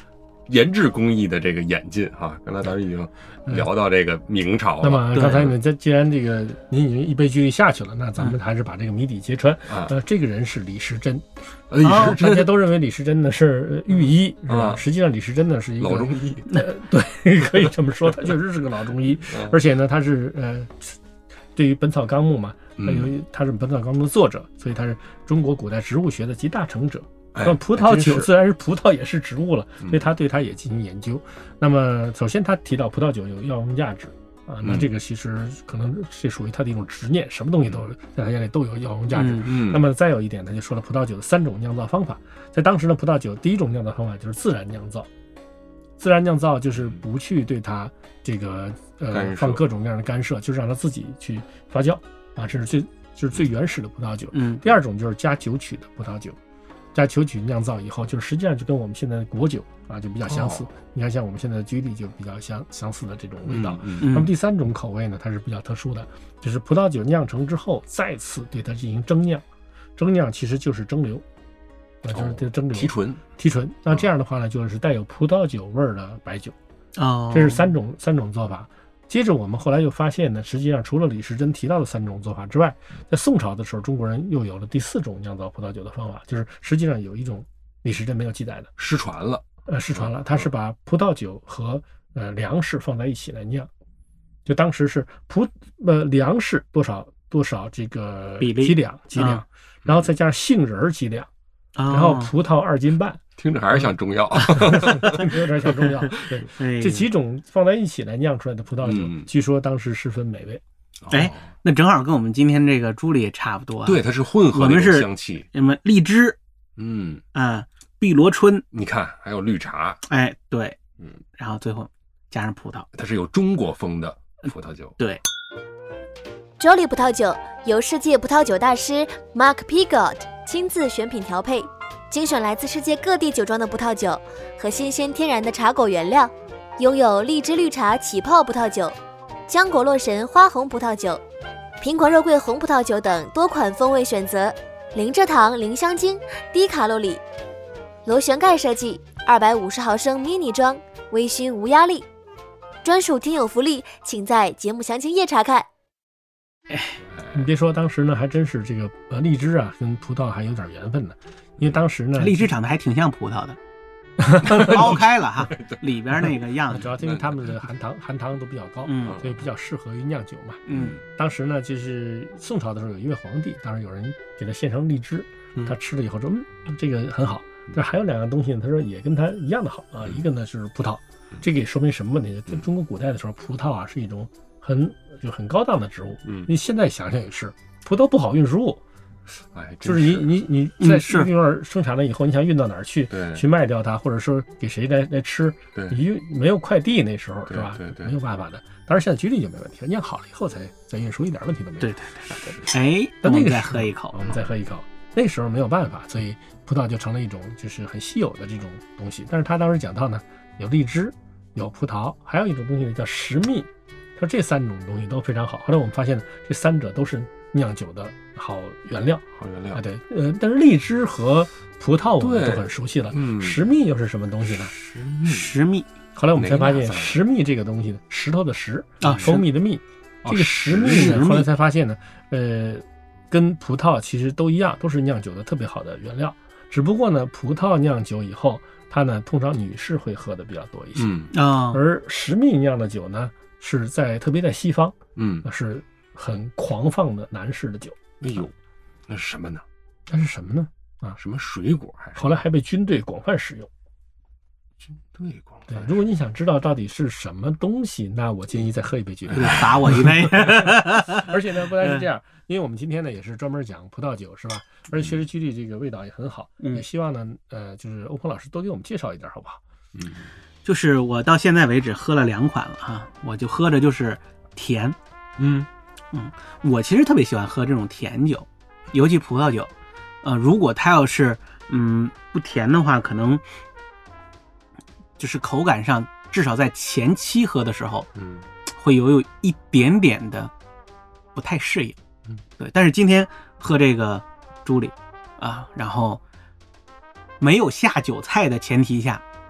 研制工艺的这个演进哈。刚才咱们已经聊到这个明朝了。 那么刚才你这既然这个您已经一杯居力下去了，那咱们还是把这个谜底揭穿。 嗯、 呃，这个人是李时珍。 李时珍， 大家都认为李时珍呢是御医，是吧？实际上李时珍呢是一个老中医， 呃，对，可以这么说，他确实是个老中医，而且呢，他是呃，对于《本草纲目》嘛，他有他是《本草纲目》的作者，所以他是中国古代植物学的集大成者。那葡萄酒虽然是葡萄，也是植物了，所以他对它也进行研究。那么，首先他提到葡萄酒有药用价值。啊，那这个其实可能这属于他的一种执念，什么东西都在他眼里都有药用价值。 嗯嗯、 那么再有一点呢，就说了葡萄酒的三种酿造方法。在当时呢，葡萄酒第一种酿造方法就是自然酿造。自然酿造就是不去对它这个呃放各种各样的干涉，就是让它自己去发酵啊，这是最就是最原始的葡萄酒。 嗯， 第二种就是加酒曲的葡萄酒。加酒曲酿造以后，就实际上就跟我们现在的果酒啊就比较相似。哦、你看，像我们现在的居力就比较相相似的这种味道。 嗯嗯、 那么第三种口味呢，它是比较特殊的，就是葡萄酒酿成之后，再次对它进行蒸酿。蒸酿其实就是蒸馏，啊，就是这蒸馏、 提纯、 提纯。那这样的话呢，就是带有葡萄酒味儿的白酒。 哦， 这是三种三种做法。接着我们后来又发现呢，实际上除了李时珍提到的三种做法之外，在宋朝的时候，中国人又有了第四种酿造葡萄酒的方法，就是实际上有一种李时珍没有记载的， 失传了。 呃，失传了，它是把葡萄酒和呃粮食放在一起来酿，就当时是葡呃粮食多少多少这个比例几两几两， 啊、 然后再加上杏仁几两， 啊、 然后葡萄二斤半。 听着还是像中药， 听着有点像中药。对， 哎、 这几种放在一起来酿出来的葡萄酒， 嗯、 据说当时十分美味。 哎，那正好跟我们今天这个朱莉也差不多、啊。 对，它是混合的香气。 什么荔枝？ 嗯啊，碧螺春。 你看，还有绿茶。 哎，对， 嗯， 然后最后加上葡萄， 它是有中国风的葡萄酒。 对。 Jolly 葡萄酒由世界葡萄酒大师 Mark Pigott 亲自选品调配。精选来自世界各地酒庄的葡萄酒和新鲜天然的茶果原料，拥有荔枝绿茶起泡葡萄酒、浆果洛神花红葡萄酒、苹果肉桂红葡萄酒等多款风味选择，零蔗糖、零香精，低卡路里。螺旋盖设计，二百五十毫升 mini 装，微醺无压力。专属听友福利，请在节目详情页查看。 哎，你别说，当时呢还真是这个呃荔枝啊跟葡萄还有点缘分呢。因为当时呢， 荔枝长得还挺像葡萄的，剥开了哈，里边那个样子。 主要因为它们的含糖含糖都比较高， 嗯， 所以比较适合于酿酒嘛。 嗯， 当时呢，就是宋朝的时候有一位皇帝，当时有人给他献上荔枝，他吃了以后说，嗯，这个很好。这还有两样东西呢，他说也跟他一样的好啊。一个呢是葡萄，这个也说明什么问题？在中国古代的时候，葡萄啊是一种很就很高档的植物。 嗯， 你现在想想也是，葡萄不好运输物。 哎， 就是你你你在这地方生产了以后，你想运到哪儿去？ 对， 去卖掉它，或者说给谁来来吃？ 对， 你运没有快递那时候是吧？ 对对， 没有办法的。当然现在居力就没问题，酿好了以后才再运输，一点问题都没有。 对对对。哎， 那那个再喝一口， 我们再喝一口。那时候没有办法，所以葡萄就成了一种就是很稀有的这种东西。但是他当时讲到呢，有荔枝，有葡萄，还有一种东西呢叫石蜜。他说这三种东西都非常好。后来我们发现呢，这三者都是酿酒的好原料， 好原料啊，对，呃，但是荔枝和葡萄我们都很熟悉了， 嗯， 石蜜又是什么东西呢？ 石蜜， 石蜜。 后来我们才发现，石蜜这个东西呢，石头的石啊， 蜂蜜的蜜，这个石蜜呢，后来才发现呢，呃，跟葡萄其实都一样，都是酿酒的特别好的原料，只不过呢，葡萄酿酒以后，它呢通常女士会喝的比较多一些， 嗯啊， 而石蜜酿的酒呢，是在特别在西方， 嗯， 是很狂放的男士的酒。 哎呦，那是什么呢？ 那是什么呢？啊， 什么水果？还是后来还被军队广泛使用。 军队广泛。 对，如果你想知道到底是什么东西，那我建议再喝一杯居力， 罚我一杯。 而且呢，不单是这样，因为我们今天呢也是专门讲葡萄酒，是吧？而且确实居力这个味道也很好， 嗯、 也希望呢，呃，就是欧鹏老师多给我们介绍一点，好不好？ 嗯， 就是我到现在为止喝了两款了哈，我就喝着就是甜。 嗯嗯，我其实特别喜欢喝这种甜酒，尤其葡萄酒。呃，如果它要是嗯不甜的话，可能就是口感上，至少在前期喝的时候， 嗯， 会有有一点点的不太适应。 嗯， 对。但是今天喝这个朱莉啊，然后没有下酒菜的前提下，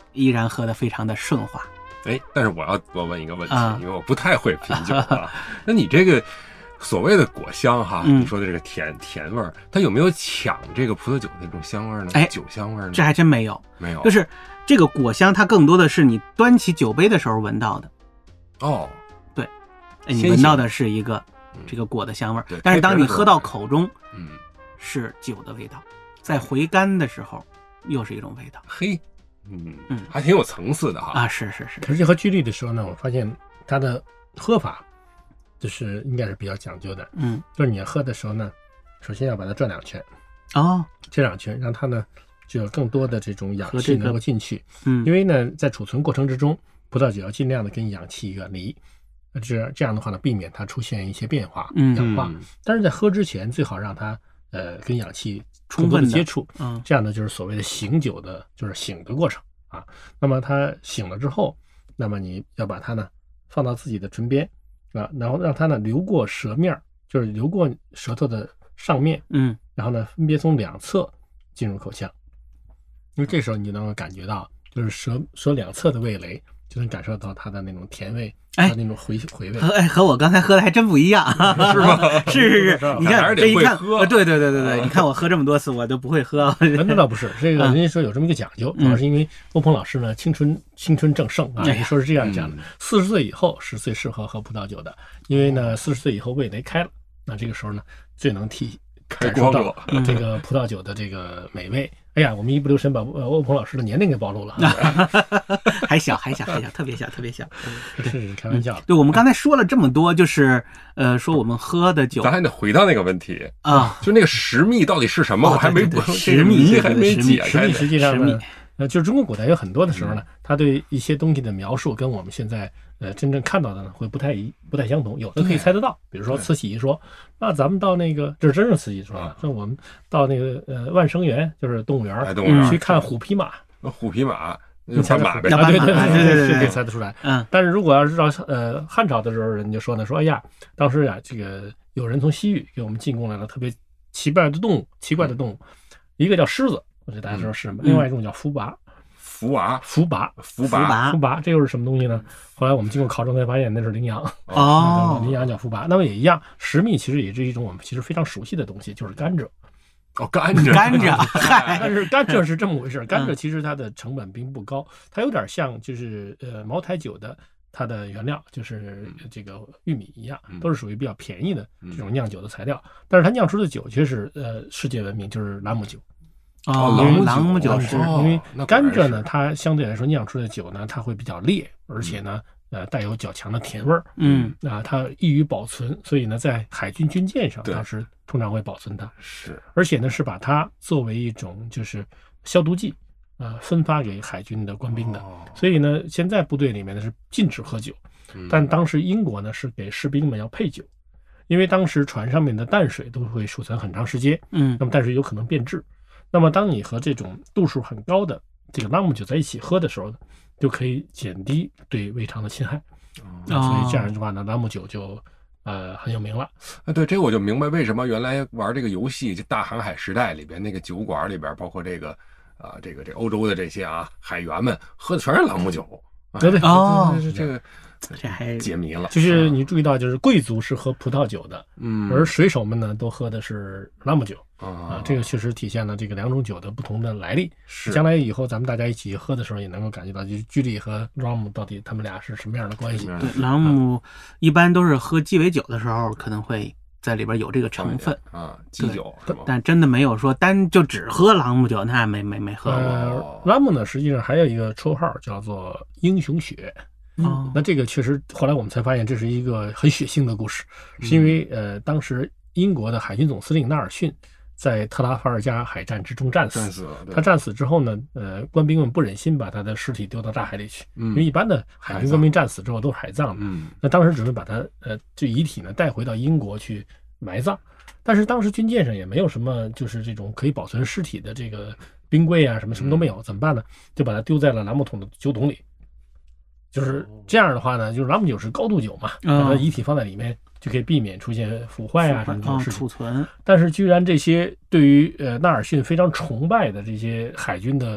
依然喝得非常的顺滑。 哎，但是我要多问一个问题， 啊、 因为我不太会品酒啊。那你这个所谓的果香哈， 嗯、 你说的这个甜甜味儿，它有没有抢这个葡萄酒的那种香味呢？ 哎， 酒香味呢？ 这还真没有， 没有， 就是这个果香，它更多的是你端起酒杯的时候闻到的。 哦， 对，你闻到的是一个这个果的香味儿，但是当你喝到口中， 嗯， 是酒的味道，在回甘的时候又是一种味道。 嘿。嗯嗯， 还挺有层次的哈啊，是是是。 可是喝居力的时候呢，我发现它的喝法就是应该是比较讲究的。 嗯， 就是你要喝的时候呢，首先要把它转两圈， 哦， 这两圈让它呢就有更多的这种氧气能够进去。 嗯， 因为呢在储存过程之中，葡萄酒要尽量的跟氧气远离，这这样的话呢，避免它出现一些变化、 嗯、 氧化。但是在喝之前，最好让它呃跟氧气充分的接触， 嗯， 这样呢就是所谓的醒酒的，就是醒的过程啊。那么它醒了之后，那么你要把它呢放到自己的唇边啊，然后让它呢流过舌面，就是流过舌头的上面， 嗯， 然后呢分别从两侧进入口腔，因为这时候你就能够感觉到，就是舌舌两侧的味蕾就能感受到它的那种甜味。 哎， 那种回回味， 和哎和我刚才喝的还真不一样， 是吗？ 是是是，你看这一看， 对对对对对对，你看我喝这么多次，我都不会喝。 那倒不是，这个人家说有这么一个讲究，主要是因为欧鹏老师呢青春青春正盛啊，你说是这样讲的，四十岁以后是最适合喝葡萄酒的，因为呢四十岁以后味蕾开了，那这个时候呢最能替感受到这个葡萄酒的这个美味。哎呀，我们一不留神把欧鹏老师的年龄给暴露了， 还小还小还小，特别小特别小， 是开玩笑。 对，我们刚才说了这么多，就是呃，说我们喝的酒， 咱还得回到那个问题啊， 就那个石蜜到底是什么？我还没石蜜还没解开。 石蜜实际上呢，呃，就是中国古代有很多的时候呢，他对一些东西的描述跟我们现在呃真正看到的呢会不太一不太相同，有的可以猜得到，比如说慈禧一说，那咱们到那个这是真是慈禧说啊，说我们到那个呃万生园，就是动物园， 动物园去看虎匹马， 虎匹马。 你猜马呗， 对对对对对， 是可以猜得出来。 嗯， 但是如果要是到呃汉朝的时候，人就说呢，说哎呀，当时呀，这个有人从西域给我们进贡来了特别奇怪的动物，奇怪的动物，一个叫狮子，我觉得大家知道是什么，另外一种叫福拔。 福娃， 福拔， 福拔， 福拔，这又是什么东西呢？后来我们经过考证才发现，那是羚羊。 哦， 羚羊叫福拔。那么也一样，石蜜其实也是一种我们其实非常熟悉的东西，就是甘蔗。 哦，甘蔗， 甘蔗，嗨， 但是甘蔗是这么回事，甘蔗其实它的成本并不高，它有点像就是呃茅台酒的它的原料，就是这个玉米一样，都是属于比较便宜的这种酿酒的材料。但是它酿出的酒却是呃世界闻名，就是朗姆酒。 哦，朗姆酒是因为甘蔗呢，它相对来说酿出的酒呢，它会比较烈，而且呢，呃，带有较强的甜味儿。 嗯， 啊，它易于保存，所以呢，在海军军舰上当时通常会保存它。 是， 而且呢，是把它作为一种就是消毒剂，啊、呃，分发给海军的官兵的。 哦、 所以呢，现在部队里面呢是禁止喝酒，但当时英国呢是给士兵们要配酒，因为当时船上面的淡水都会储存很长时间， 嗯， 那么淡水有可能变质。那么，当你和这种度数很高的这个朗姆酒在一起喝的时候，就可以减低对胃肠的侵害。 哦、 所以这样的话呢，朗姆酒就呃很有名了。 啊，对，这我就明白为什么原来玩这个游戏，就大航海时代里边那个酒馆里边，包括这个啊、呃，这个这欧洲的这些啊海员们喝的全是朗姆酒。 对对哦， 这个这还解谜了。 就是你注意到，就是贵族是喝葡萄酒的， 嗯， 而水手们呢都喝的是朗姆酒。 啊、 呃，这个确实体现了这个两种酒的不同的来历。 是， 将来以后咱们大家一起喝的时候，也能够感觉到，就是居里和朗姆到底他们俩是什么样的关系。 对，朗姆一般都是喝鸡尾酒的时候，可能会在里边有这个成分啊，基酒， 但真的没有说单就只喝朗姆酒，那没没没喝过。 呃，朗姆呢，实际上还有一个绰号叫做英雄血。 嗯， 那这个确实后来我们才发现，这是一个很血腥的故事， 嗯、 是因为呃，当时英国的海军总司令纳尔逊在特拉法尔加海战之中战死， 战死了。 他战死之后呢，呃，官兵们不忍心把他的尸体丢到大海里去， 嗯、 因为一般的海军官兵战死之后都是海葬的。 嗯， 那当时准备把他呃这遗体呢带回到英国去埋葬，但是当时军舰上也没有什么就是这种可以保存尸体的这个冰柜啊，什么什么都没有， 嗯、 怎么办呢？就把它丢在了朗姆桶的酒桶里。就是这样的话呢，就是朗姆酒是高度酒嘛，把它遗体放在里面，就可以避免出现腐坏啊什么这种事情。 储存。 但是居然这些对于呃纳尔逊非常崇拜的这些海军的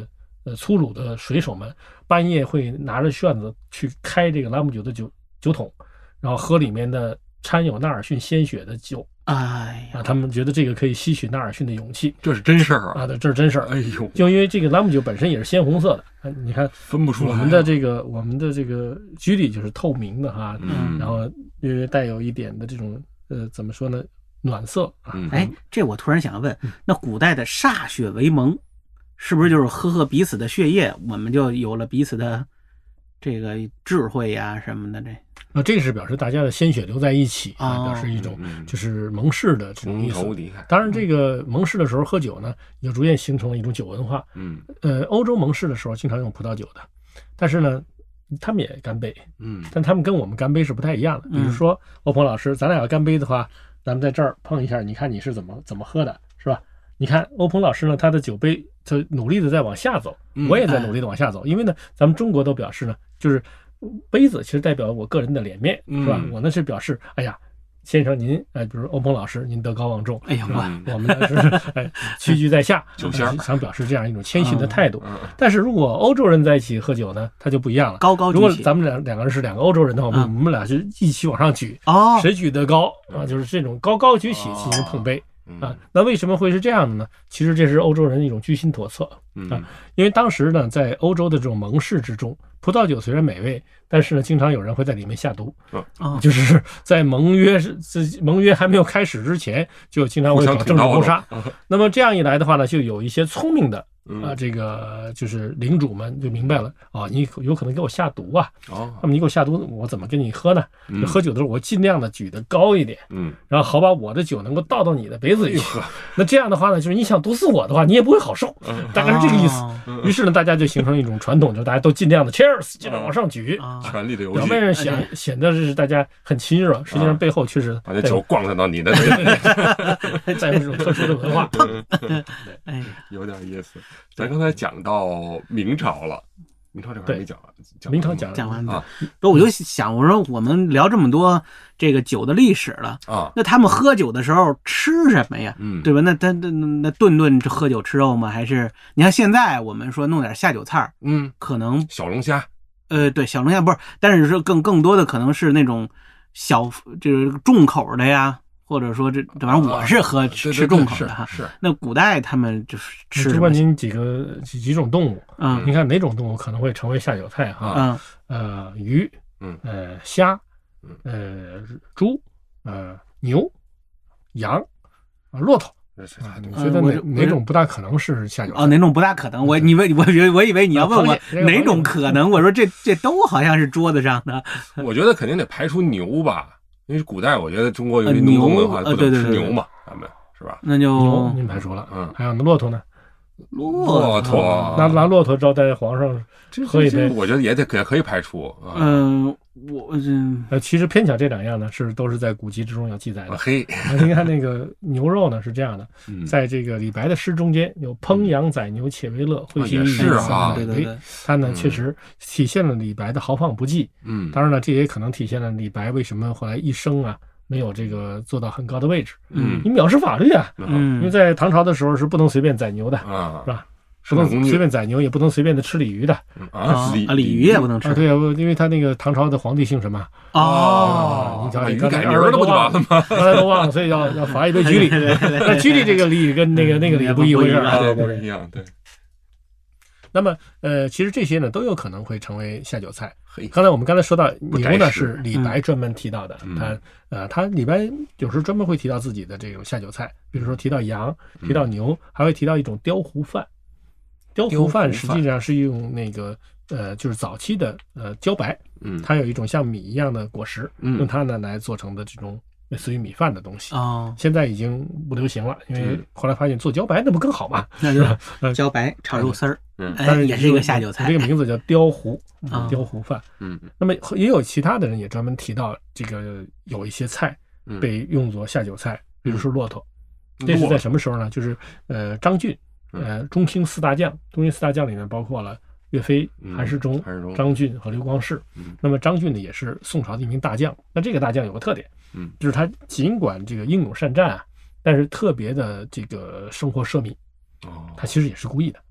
呃粗鲁的水手们，半夜会拿着旋子去开这个朗姆酒的酒酒桶，然后喝里面的掺有纳尔逊鲜血的酒。 哎呀， 啊，他们觉得这个可以吸取纳尔逊的勇气， 这是真事儿啊！ 啊，这是真事儿。 哎呦， 就因为这个朗姆酒本身也是鲜红色的，啊、你看分不出来。 我们的这个我们的这个居里就是透明的哈， 嗯， 然后略略带有一点的这种呃怎么说呢，暖色啊。 嗯、 哎，这我突然想问，那古代的歃血为盟，是不是就是喝喝彼此的血液，我们就有了彼此的这个智慧呀、啊、什么的这？ 啊，这个是表示大家的鲜血留在一起啊， 哦、 表示一种就是盟誓的这种意思。当然，这个盟誓的时候喝酒呢，也逐渐形成了一种酒文化。 嗯， 呃，欧洲盟誓的时候经常用葡萄酒的，但是呢，他们也干杯。 嗯， 但他们跟我们干杯是不太一样的。比如说，欧鹏老师，咱俩要干杯的话，咱们在这儿碰一下，你看你是怎么怎么喝的，是吧？你看欧鹏老师呢，他的酒杯他努力的在往下走，我也在努力的往下走，因为呢，咱们中国都表示呢，就是杯子其实代表我个人的脸面，是吧？我呢是表示，哎呀，先生您，哎，比如欧鹏老师，您德高望重， 哎呀， 我们呢是哎屈居在下， 酒仙想表示这样一种谦逊的态度。但是如果欧洲人在一起喝酒呢，他就不一样了， 高高举起。 如果咱们两两个人是两个欧洲人的话，我们我们俩就一起往上举， 哦， 谁举得高啊，就是这种高高举起进行碰杯。啊，那为什么会是这样的呢？其实这是欧洲人的一种居心叵测啊，因为当时呢，在欧洲的这种盟誓之中，葡萄酒虽然美味，但是呢，经常有人会在里面下毒， 啊， 就是在盟约是盟约还没有开始之前，就经常会搞政治谋杀。那么这样一来的话呢，就有一些聪明的啊，这个就是领主们就明白了啊，你有可能给我下毒啊， 哦， 那么你给我下毒，我怎么跟你喝呢？喝酒的时候我尽量的举得高一点， 嗯， 然后好把我的酒能够倒到你的杯子里去。那这样的话呢，就是你想毒死我的话，你也不会好受，大概是这个意思。于是呢，大家就形成一种传统，就是大家都尽量的 cheers， 尽量往上举， 权力的游戏。 表面上显显得是大家很亲热，实际上背后确实把那酒咣上到你的嘴里，再有这种特殊的文化， 哎， 有点意思。咱刚才讲到明朝了，明朝这块没讲完， 明朝讲讲完啊。 不，我就想，我说我们聊这么多这个酒的历史了啊， 那他们喝酒的时候吃什么呀？ 嗯， 对吧？那他那那顿顿喝酒吃肉吗？还是你看现在我们说弄点下酒菜， 嗯， 可能小龙虾， 呃，对，小龙虾不是，但是说更更多的可能是那种小就是重口的呀。或者说这，反正我是喝、啊、吃吃重口的哈。 是。 那古代他们就是吃什么？ 就问您几个几几种动物？ 嗯， 你看哪种动物可能会成为下酒菜哈？ 嗯， 呃，鱼， 嗯， 呃，虾，呃，猪，呃，牛，羊，啊，骆驼。啊，你觉得哪、呃、哪种不大可能是下酒菜？ 哦，哪种不大可能？我你问我我以为你要问我哪种可能？我说这这都好像是桌子上的。 我觉得肯定得排除牛吧。因为古代我觉得中国有一农耕文化，不能吃牛嘛，咱们是吧？ 那就牛您排除了，嗯，还有那骆驼呢？ 骆驼拿拿骆驼招待皇上喝一杯， 我觉得也得也可以排除。 嗯，我呃，其实偏巧这两样呢是都是在古籍之中有记载的。 嘿， 你看那个牛肉呢是这样的，在这个李白的诗中间有烹羊宰牛且为乐，会心是啊， 对对对， 它呢确实体现了李白的豪放不羁。 嗯， 当然了，这也可能体现了李白为什么后来一生啊没有这个做到很高的位置。 嗯， 你藐视法律啊， 嗯， 因为在唐朝的时候是不能随便宰牛的啊， 是吧？不能随便宰牛，也不能随便的吃鲤鱼的啊， 鲤鲤鱼也不能吃。 对啊，因为他那个唐朝的皇帝姓什么？ 哦， 你瞧， 鱼改名了不就完了吗？ 刚才都忘了，所以要要罚一杯居里。那居里这个鲤跟那个那个鲤不一回事啊， 对，不一样。对。 那么，呃，其实这些呢都有可能会成为下酒菜。刚才我们刚才说到牛呢，是李白专门提到的。他呃，他李白有时候专门会提到自己的这种下酒菜，比如说提到羊，提到牛，还会提到一种雕糊饭。雕糊饭实际上是用那个呃，就是早期的呃茭白， 嗯， 它有一种像米一样的果实， 嗯， 用它呢来做成的这种类似于米饭的东西。 哦， 现在已经不流行了，因为后来发现做茭白那不更好吗？ 那就茭白炒肉丝儿， 嗯， 但是也是一个下酒菜。 这个名字叫雕糊， 嗯、 雕糊饭。 嗯， 那么也有其他的人也专门提到这个有一些菜被用作下酒菜，比如说骆驼。这是在什么时候呢？就是呃张俊。呃，中兴四大将，中兴四大将里面包括了岳飞、韩世忠、 嗯、 张俊和刘光世。 嗯， 那么张俊呢，也是宋朝的一名大将。那这个大将有个特点， 嗯， 就是他尽管这个英勇善战啊，但是特别的这个生活奢靡。 哦， 他其实也是故意的。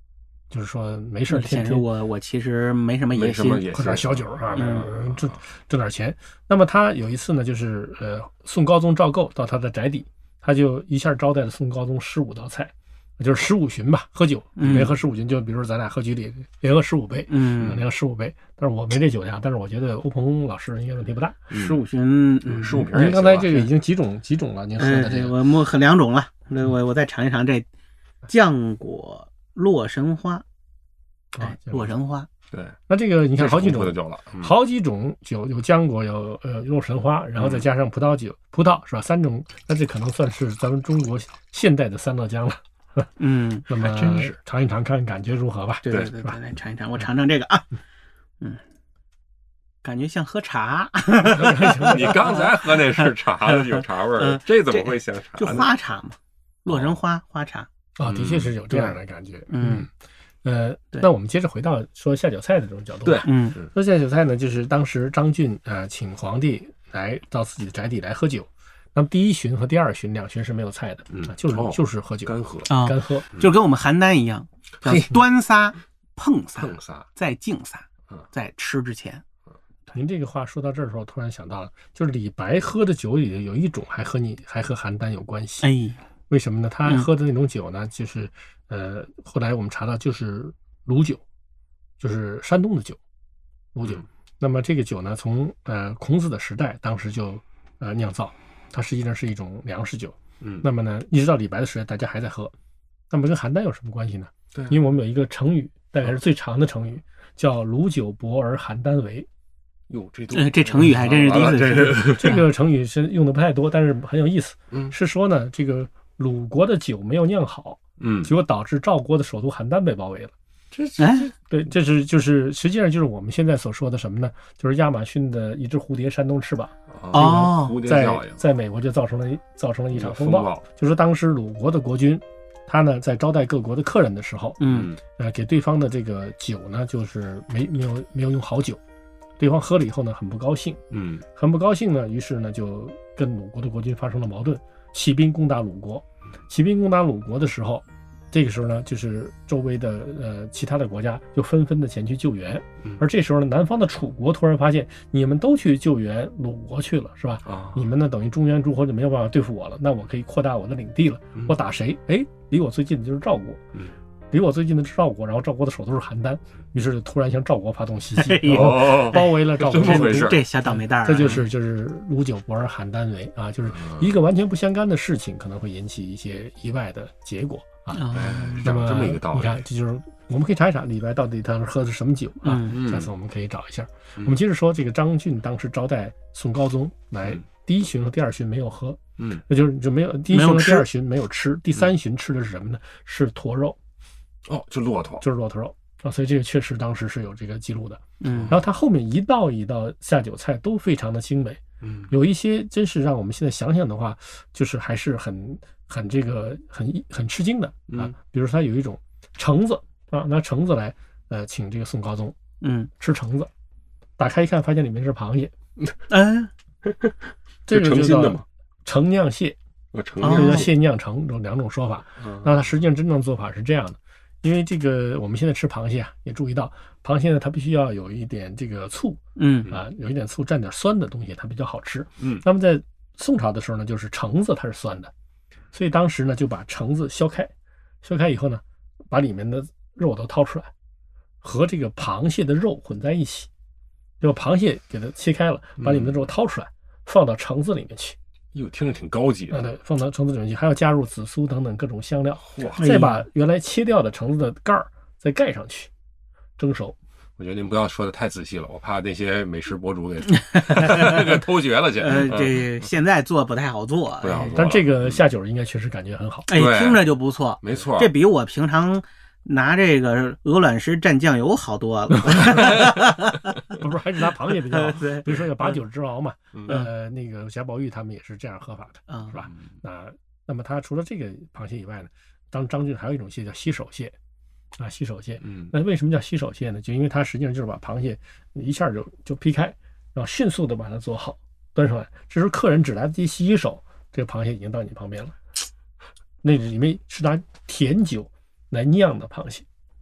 就是说没事显示我我其实没什么野心， 喝点小酒啊， 嗯， 挣挣点钱。那么他有一次呢，就是呃，宋高宗赵构到他的宅邸，他就一下招待了宋高宗十五道菜，就是十五巡吧，喝酒连喝十五巡，就比如说咱俩喝局里连喝十五杯， 嗯， 连喝十五杯。但是我没这酒量，但是我觉得欧鹏老师应该问题不大。 十五巡， 十五瓶。 您刚才这个已经几种几种了，您喝的这个我摸喝两种了，我我再尝一尝这浆果洛神花啊，洛神花。 对， 那这个你看好几种的酒了， 嗯、好几种酒，有浆果，有呃洛神花，然后再加上葡萄酒，葡萄是吧？三种，那这可能算是咱们中国现代的三乐江了。 嗯， 那么真是尝一尝，看感觉如何吧？ 对对对，来尝一尝，我尝尝这个啊，嗯，感觉像喝茶。 你刚才喝那是茶，有茶味儿，这怎么会像茶？ 就花茶嘛，洛神花花茶啊，的确是有这样的感觉。 嗯。 呃，那我们接着回到说下酒菜的这种角度。 对， 嗯， 说下酒菜呢，就是当时张俊啊、呃、请皇帝来到自己的宅邸来喝酒。那么第一巡和第二巡两巡是没有菜的， 嗯， 就是、 哦、 就是喝酒， 干喝啊， 干喝， 就跟我们邯郸一样，叫端撒、碰撒、 碰撒， 再敬撒，在吃之前。 您这个话说到这儿的时候，突然想到了，就是李白喝的酒里有一种还和你还和邯郸有关系。 哎， 为什么呢？他喝的那种酒呢，嗯、就是呃，后来我们查到就是鲁酒，就是山东的酒，鲁酒。嗯、那么这个酒呢，从呃孔子的时代当时就呃酿造，它实际上是一种粮食酒。 嗯， 那么呢，一直到李白的时代，大家还在喝。那么跟邯郸有什么关系呢？ 对， 因为我们有一个成语，大概是最长的成语，叫鲁酒薄而邯郸为。 哟，这呃，这成语还真是第一次。 这个成语是用的不太多，但是很有意思。 嗯， 是说呢，这个鲁国的酒没有酿好， 嗯， 结果导致赵国的首都邯郸被包围了。 这哎， 对，这是就是实际上就是我们现在所说的什么呢？就是亚马逊的一只蝴蝶扇动翅膀。 哦， 在在美国就造成了造成了一场风暴。就是当时鲁国的国君，他呢在招待各国的客人的时候， 嗯， 呃，给对方的这个酒呢，就是没没有没有用好酒。对方喝了以后呢，很不高兴， 嗯， 很不高兴呢，于是呢，就跟鲁国的国君发生了矛盾，起兵攻打鲁国。起兵攻打鲁国的时候，这个时候呢，就是周围的呃其他的国家就纷纷的前去救援，而这时候呢，南方的楚国突然发现，你们都去救援鲁国去了，是吧？ 啊， 你们呢，等于中原诸侯就没有办法对付我了，那我可以扩大我的领地了。 嗯、 我打谁？哎，离我最近的就是赵国。 嗯。 离我最近的是赵国，然后赵国的首都是邯郸，于是就突然向赵国发动袭击， 哎、 然后包围了赵国。 这么回事？ 这小倒霉蛋儿， 这就是就是鲁酒薄而邯郸为啊，就是一个完全不相干的事情，可能会引起一些意外的结果啊。 哦、 那么这么一个道理， 你看，这就是我们可以查一查李白到底当时喝的是什么酒啊？ 嗯、 下次我们可以找一下。 嗯、 我们接着说，这个张俊当时招待宋高宗来，第一巡和第二巡没有喝， 嗯， 那就是就没有第一巡和第二巡没有吃，第三巡吃的是什么呢？是驼肉。 哦，就骆驼， 就是骆驼肉啊，所以这个确实当时是有这个记录的。 嗯， 然后它后面一道一道下酒菜都非常的精美， 嗯， 有一些真是让我们现在想想的话，就是还是很很这个很很吃惊的啊。 嗯、 比如说它有一种橙子啊，拿橙子来呃请这个宋高宗， 嗯， 吃橙子，打开一看发现里面是螃蟹， 嗯， 这个就叫橙酿蟹， 橙这叫蟹酿橙，有两种说法。 嗯、 那它实际上真正做法是这样的。因为这个，我们现在吃螃蟹啊，也注意到，螃蟹呢，它必须要有一点这个醋， 嗯啊，有一点醋蘸点酸的东西，它比较好吃。 嗯， 那么在宋朝的时候呢，就是橙子它是酸的，所以当时呢就把橙子削开，削开以后呢，把里面的肉都掏出来，和这个螃蟹的肉混在一起，就螃蟹给它切开了，把里面的肉掏出来，放到橙子里面去。 哟，听着挺高级的。 啊，对，放到橙子里面去，还要加入紫苏等等各种香料， 哇， 再把原来切掉的橙子的盖儿再盖上去，蒸熟。 我觉得您不要说的太仔细了，我怕那些美食博主给给偷学了去。 呃，这现在做不太好做， 不太好做。 但这个下酒应该确实感觉很好， 哎，听着就不错， 没错， 这比我平常拿这个鹅卵石蘸酱油好多了。 不是，还是拿螃蟹比较好。 对， 比如说有把酒之熬嘛， 嗯、 呃，那个贾宝玉他们也是这样喝法的， 嗯、 是吧？那那么他除了这个螃蟹以外呢，当张俊还有一种蟹叫洗手蟹，啊，洗手蟹。 嗯， 那为什么叫洗手蟹呢？就因为它实际上就是把螃蟹一下就就劈开，然后迅速的把它做好端上来。这时候客人只来得及洗洗手，这个螃蟹已经到你旁边了。那里面是拿甜酒来酿的螃蟹。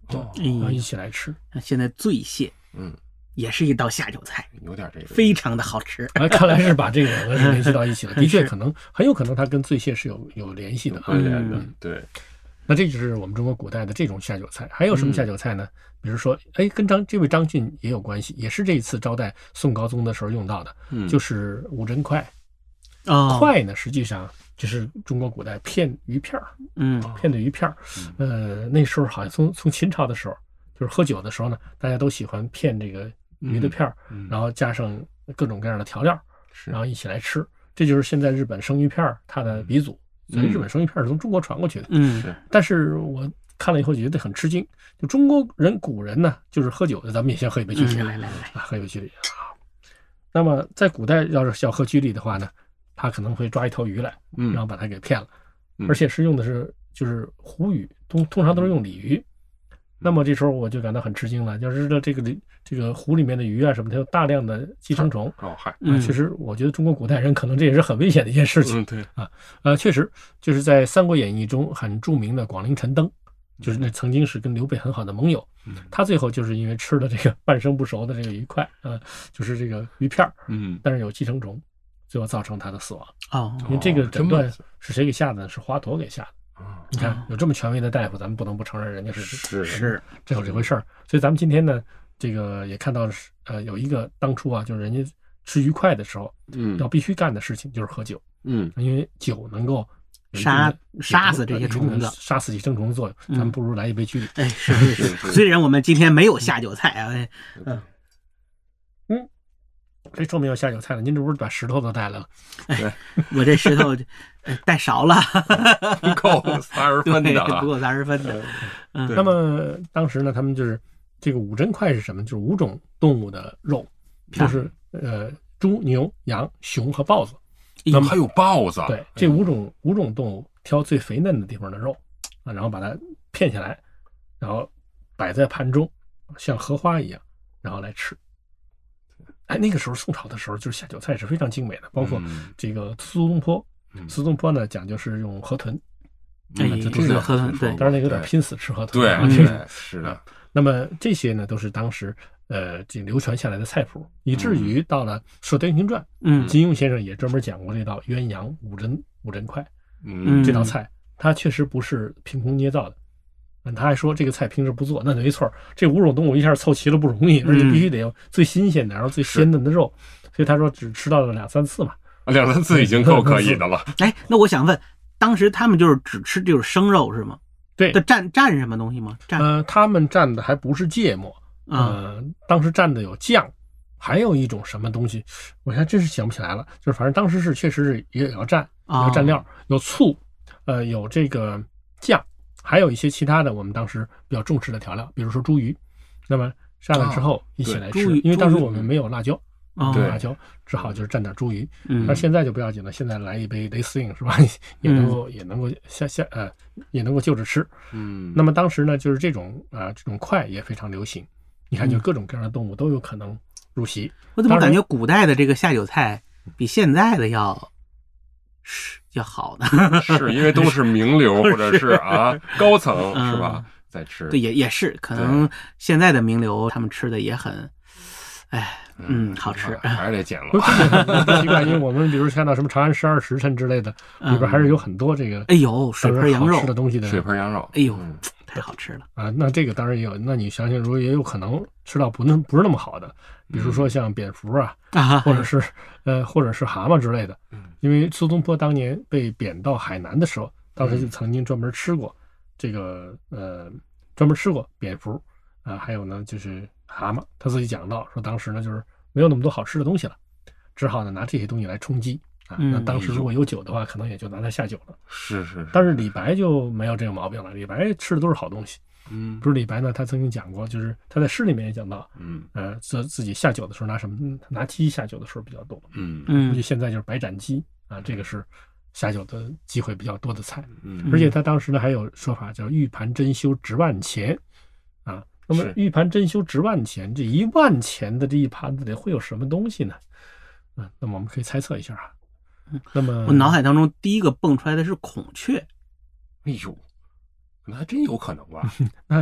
哦， 然后一起来吃。 现在醉蟹， 嗯， 也是一道下酒菜， 有点这个， 非常的好吃。 啊，看来是把这两个是联系到一起了。的确，可能很有可能它跟醉蟹是有有联系的啊。 关联的，对。 那这就是我们中国古代的这种下酒菜。还有什么下酒菜呢？比如说，哎，跟张这位张俊也有关系，也是这一次招待宋高宗的时候用到的， 嗯， 就是五珍筷。 哦， 筷呢，实际上就是中国古代片鱼片儿， 嗯， 片的鱼片儿。呃，那时候好像从从秦朝的时候，就是喝酒的时候呢，大家都喜欢片这个鱼的片儿， 嗯嗯、 然后加上各种各样的调料， 是， 然后一起来吃。这就是现在日本生鱼片儿它的鼻祖。所以日本生鱼片是从中国传过去的。 嗯， 但是我看了以后觉得很吃惊，就中国人古人呢，就是喝酒的，咱们也先喝一杯居里， 来来来， 啊，喝一杯居里啊。那么在古代要是要喝居里的话呢，他可能会抓一条鱼来， 嗯， 然后把它给骗了， 嗯、 而且是用的是就是湖鱼，通通常都是用鲤鱼。那么这时候我就感到很吃惊了，要知道这个这个湖里面的鱼啊什么，它有大量的寄生虫。 哦，嗨， 啊，其实我觉得中国古代人可能这也是很危险的一件事情。 嗯，对啊，呃，确实就是在《三国演义》中很著名的广陵陈登，就是那曾经是跟刘备很好的盟友，他最后就是因为吃了这个半生不熟的这个鱼块，啊，就是这个鱼片儿， 嗯， 但是有寄生虫，最后造成他的死亡。 哦， 因为这个诊断是谁给下的呢？是华佗给下的。你看有这么权威的大夫，咱们不能不承认人家是是是真有这回事儿。所以咱们今天呢，这个也看到是呃有一个当初啊，就是人家吃鱼块的时候， 嗯， 要必须干的事情就是喝酒， 嗯， 因为酒能够杀杀死这些虫子， 杀死寄生虫的作用。咱们不如来一杯居里。 哎，是是是。虽然我们今天没有下酒菜啊， 嗯嗯。这说明要下酒菜了，您这不是把石头都带来了？ 哎，我这石头带少了， 不够三十分的， 不够三十分的。 嗯，那么当时呢，他们就是这个五珍筷是什么？就是五种动物的肉，就是呃猪、牛、羊、熊和豹子。 那么还有豹子？ 对，这五种五种动物挑最肥嫩的地方的肉啊，然后把它片下来，然后摆在盘中，像荷花一样，然后来吃。哎，那个时候宋朝的时候，就是下酒菜是非常精美的，包括这个苏东坡。 嗯、 苏东坡呢讲究是用河豚， 哎，这是河豚，对， 当然那个有点拼死吃河豚， 对， 啊、 对， 这是的。 那么这些呢，都是当时呃这流传下来的菜谱，以至于到了《射雕英雄传》， 嗯， 金庸先生也专门讲过这道鸳鸯五珍五珍筷， 嗯， 这道菜它确实不是凭空捏造的。他还说这个菜平时不做，那没错，这五种动物一下凑齐了不容易，而且必须得有最新鲜的，然后最鲜嫩的肉，所以他说只吃到了两三次嘛， 两三次已经够可以的了。 哎，那我想问，当时他们就是只吃就是生肉是吗？ 对， 这蘸蘸什么东西吗？蘸呃，他们蘸的还不是芥末，呃，当时蘸的有酱，还有一种什么东西，我还真是想不起来了。就是反正当时是确实是也要蘸，有蘸料，有醋，呃，有这个酱。还有一些其他的我们当时比较重视的调料，比如说猪鱼，那么下来之后一起来吃，因为当时我们没有辣椒，没有辣椒，只好就是蘸点猪鱼。那现在就不要紧了，现在来一杯雷司令是吧？也能够也能够下下呃也能够就着吃。 嗯， 那么当时呢，就是这种啊、呃、这种筷也非常流行，你看就各种各样的动物都有可能入席。 我怎么感觉古代的这个下酒菜比现在的要是要好呢？ 是因为都是名流或者是啊高层是吧？在吃对也也是，可能现在的名流他们吃的也很，哎，嗯，好吃， 还是得捡了。 不奇怪，因为我们比如看到什么《长安十二时辰》之类的，里边还是有很多这个哎呦水盆羊肉吃的东西的， 水盆羊肉， 哎呦，太好吃了啊！那这个当然也有，那你想想，如果也有可能吃到不那不是那么好的，比如说像蝙蝠啊， 啊， 或者是呃，或者是蛤蟆之类的。因为苏东坡当年被贬到海南的时候，当时就曾经专门吃过这个呃，专门吃过蝙蝠啊、呃，还有呢就是蛤蟆。他自己讲到说，当时呢就是没有那么多好吃的东西了，只好呢拿这些东西来充饥啊。那当时如果有酒的话，可能也就拿它下酒了。 是是。 但是李白就没有这个毛病了，李白吃的都是好东西。 嗯， 不是李白呢，他曾经讲过，就是他在诗里面也讲到， 嗯， 呃，自自己下酒的时候拿什么？拿鸡下酒的时候比较多， 嗯嗯，估计现在就是白斩鸡啊，这个是下酒的机会比较多的菜， 嗯， 而且他当时呢还有说法叫玉盘珍馐值万钱，啊，那么玉盘珍馐值万钱，这一万钱的这一盘子里会有什么东西呢？啊，那么我们可以猜测一下啊，那么我脑海当中第一个蹦出来的是孔雀， 哎呦。那还真有可能吧？ 那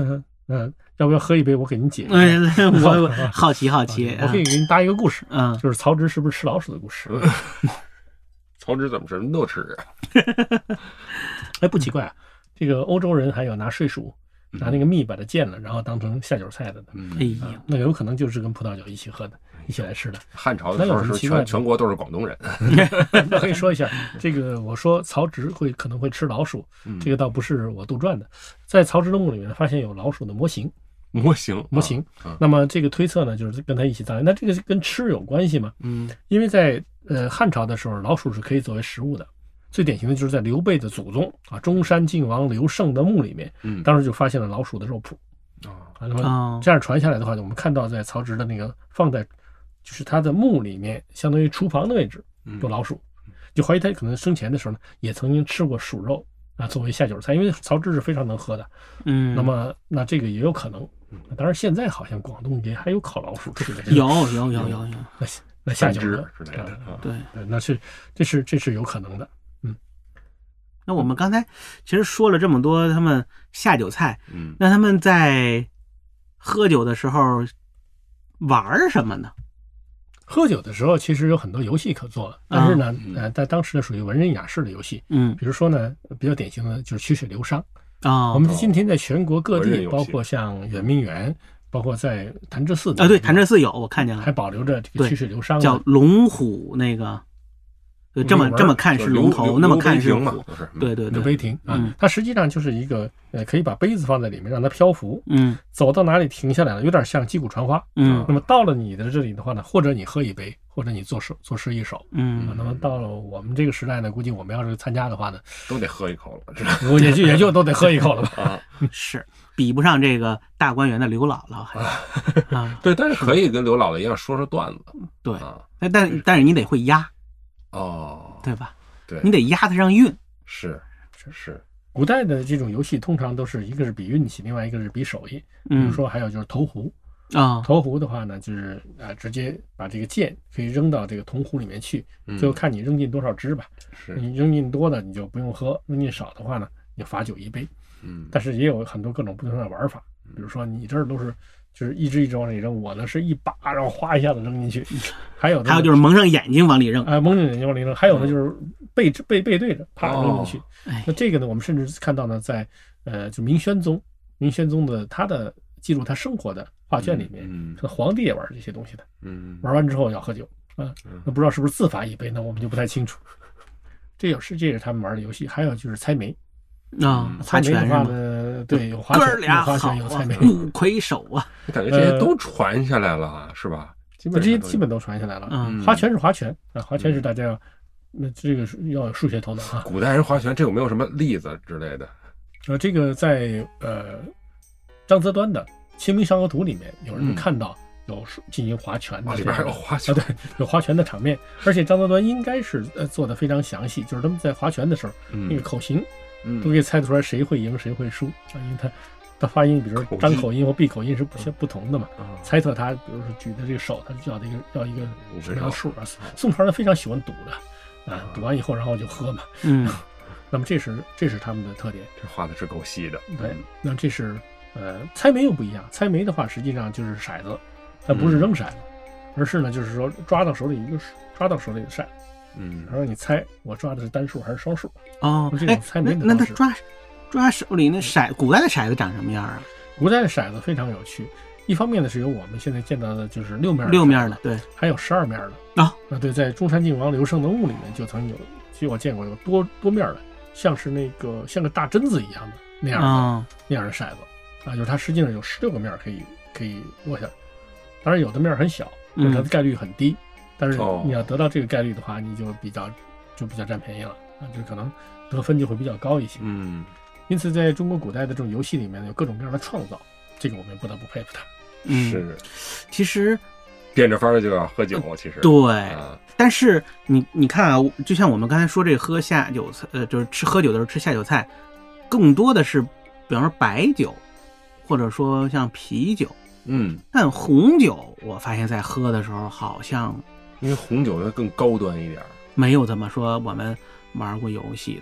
嗯，要不要喝一杯？我给您解释。 哎，我好奇好奇， 我可以给您搭一个故事， 嗯， 就是曹植是不是吃老鼠的故事？ 曹植怎么什么都吃啊？ 哎，不奇怪啊，这个欧洲人还有拿睡鼠、拿那个蜜把它煎了，然后当成下酒菜的呢。 哎呀， 那有可能就是跟葡萄酒一起喝的，一起来吃的。 汉朝的时候是全全国都是广东人。 那可以说一下，这个我说曹植会可能会吃老鼠，这个倒不是我杜撰的，在曹植的墓里面发现有老鼠的模型。 模型模型，那么这个推测呢，就是跟他一起葬。那这个跟吃有关系吗？ 嗯， 因为在呃汉朝的时候，老鼠是可以作为食物的。最典型的就是在刘备的祖宗啊中山靖王刘胜的墓里面， 嗯， 当时就发现了老鼠的肉脯啊。那么这样传下来的话，我们看到在曹植的那个放在就是他的墓里面，相当于厨房的位置有老鼠，就怀疑他可能生前的时候呢，也曾经吃过鼠肉啊，作为下酒菜，因为曹植是非常能喝的。 嗯， 那么那这个也有可能。当然，现在好像广东也还有烤老鼠吃的， 有有有有有， 那那下酒之类的， 对，那是这是这是有可能的，嗯。 那我们刚才其实说了这么多他们下酒菜， 嗯， 那他们在喝酒的时候玩什么呢？ 喝酒的时候其实有很多游戏可做，但是呢，呃，在当时呢属于文人雅士的游戏， 嗯， 比如说呢，比较典型的就是曲水流觞。 啊、哦， 我们今天在全国各地，包括像圆明园，包括在潭柘寺啊，对，潭柘寺有，我看见了， 还保留着这个曲水流觞， 叫龙虎那个，这么这么看是龙头，那么看是虎，对对对， 刘碑亭啊，它实际上就是一个呃，可以把杯子放在里面让它漂浮， 嗯， 走到哪里停下来了，有点像击鼓传花， 嗯， 那么到了你的这里的话呢，或者你喝一杯，或者你作诗作诗一首， 嗯， 那么到了我们这个时代呢，估计我们要是参加的话呢， 都得喝一口了， 我也就也就都得喝一口了吧， 啊， 是比不上这个大观园的刘姥姥，还啊，对，但是可以跟刘姥姥一样说说段子， 对，啊，但但是你得会压， 哦， 对吧？ 对， 你得压得上韵， 是是是。 古代的这种游戏通常都是一个是比运气，另外一个是比手艺，比如说还有就是投壶。 啊， 投壶的话呢，就是啊，直接把这个箭可以扔到这个铜壶里面去，最后看你扔进多少支吧。 是你扔进多的，你就不用喝；扔进少的话呢，你罚酒一杯。 嗯， 但是也有很多各种不同的玩法，比如说你这儿都是就是一支一支往里扔，我呢是一把，然后哗一下子扔进去。还有还有就是蒙上眼睛往里扔， 啊，蒙上眼睛往里扔。还有呢就是背背背对着，啪扔进去。那这个呢，我们甚至看到呢，在呃，就明宣宗，明宣宗的他的记录他生活的画卷里面， 嗯， 皇帝也玩这些东西的， 嗯， 玩完之后要喝酒啊，那不知道是不是自罚一杯，那我们就不太清楚。这也是这也是他们玩的游戏，还有就是猜枚啊， 猜枚的话呢，对，有划拳，有划拳，有猜枚， 五魁首啊， 我感觉这些都传下来了，是吧？ 基本这些基本都传下来了。 嗯， 划拳是划拳啊，划拳是大家要那这个是要有数学头脑啊。 古代人划拳，这有没有什么例子之类的？ 呃，这个在呃张择端的《清明上河图》里面，有人看到有进行划拳的， 里边还有划拳， 对，有划拳的场面。而且张择端应该是呃做的非常详细，就是他们在划拳的时候，那个口型都可以猜得出来谁会赢谁会输啊，因为他他发音，比如说张口音或闭口音是不不同的嘛，猜测他，比如说举的这个手，他就要这个要一个什么样的数啊？宋朝人非常喜欢赌的啊，赌完以后然后就喝嘛， 嗯， 那么这是这是他们的特点。 这画的是够细的， 对，那这是呃猜枚又不一样，猜枚的话实际上就是骰子，但不是扔骰子，而是呢就是说抓到手里一个抓到手里的骰子， 嗯， 然后你猜我抓的是单数还是双数哦， 这种猜枚的那那他抓抓手里那骰，古代的骰子长什么样啊？ 古代的骰子非常有趣，一方面呢是有我们现在见到的就是六面六面的，对， 还有十二面的啊。 啊，对，在中山靖王刘胜的墓里面就曾有，其实我见过有多多面的，像是那个像个大榛子一样的那样的、 啊、 那样的骰子啊，就是它实际上有十六个面可以可以落下来，当然有的面很小，它的概率很低，嗯、但是你要得到这个概率的话，你就比较就比较占便宜了啊，就可能得分就会比较高一些， 嗯。 因此，在中国古代的这种游戏里面有各种各样的创造，这个我们不得不佩服他。 嗯， 是， 其实变着法儿就要喝酒，其实对、 啊， 但是你你看啊，就像我们刚才说这个喝下酒菜，呃，就是吃喝酒的时候吃下酒菜，更多的是，比方说白酒，或者说像啤酒， 嗯， 但红酒我发现在喝的时候好像， 因为红酒它更高端一点， 没有怎么说我们玩过游戏的。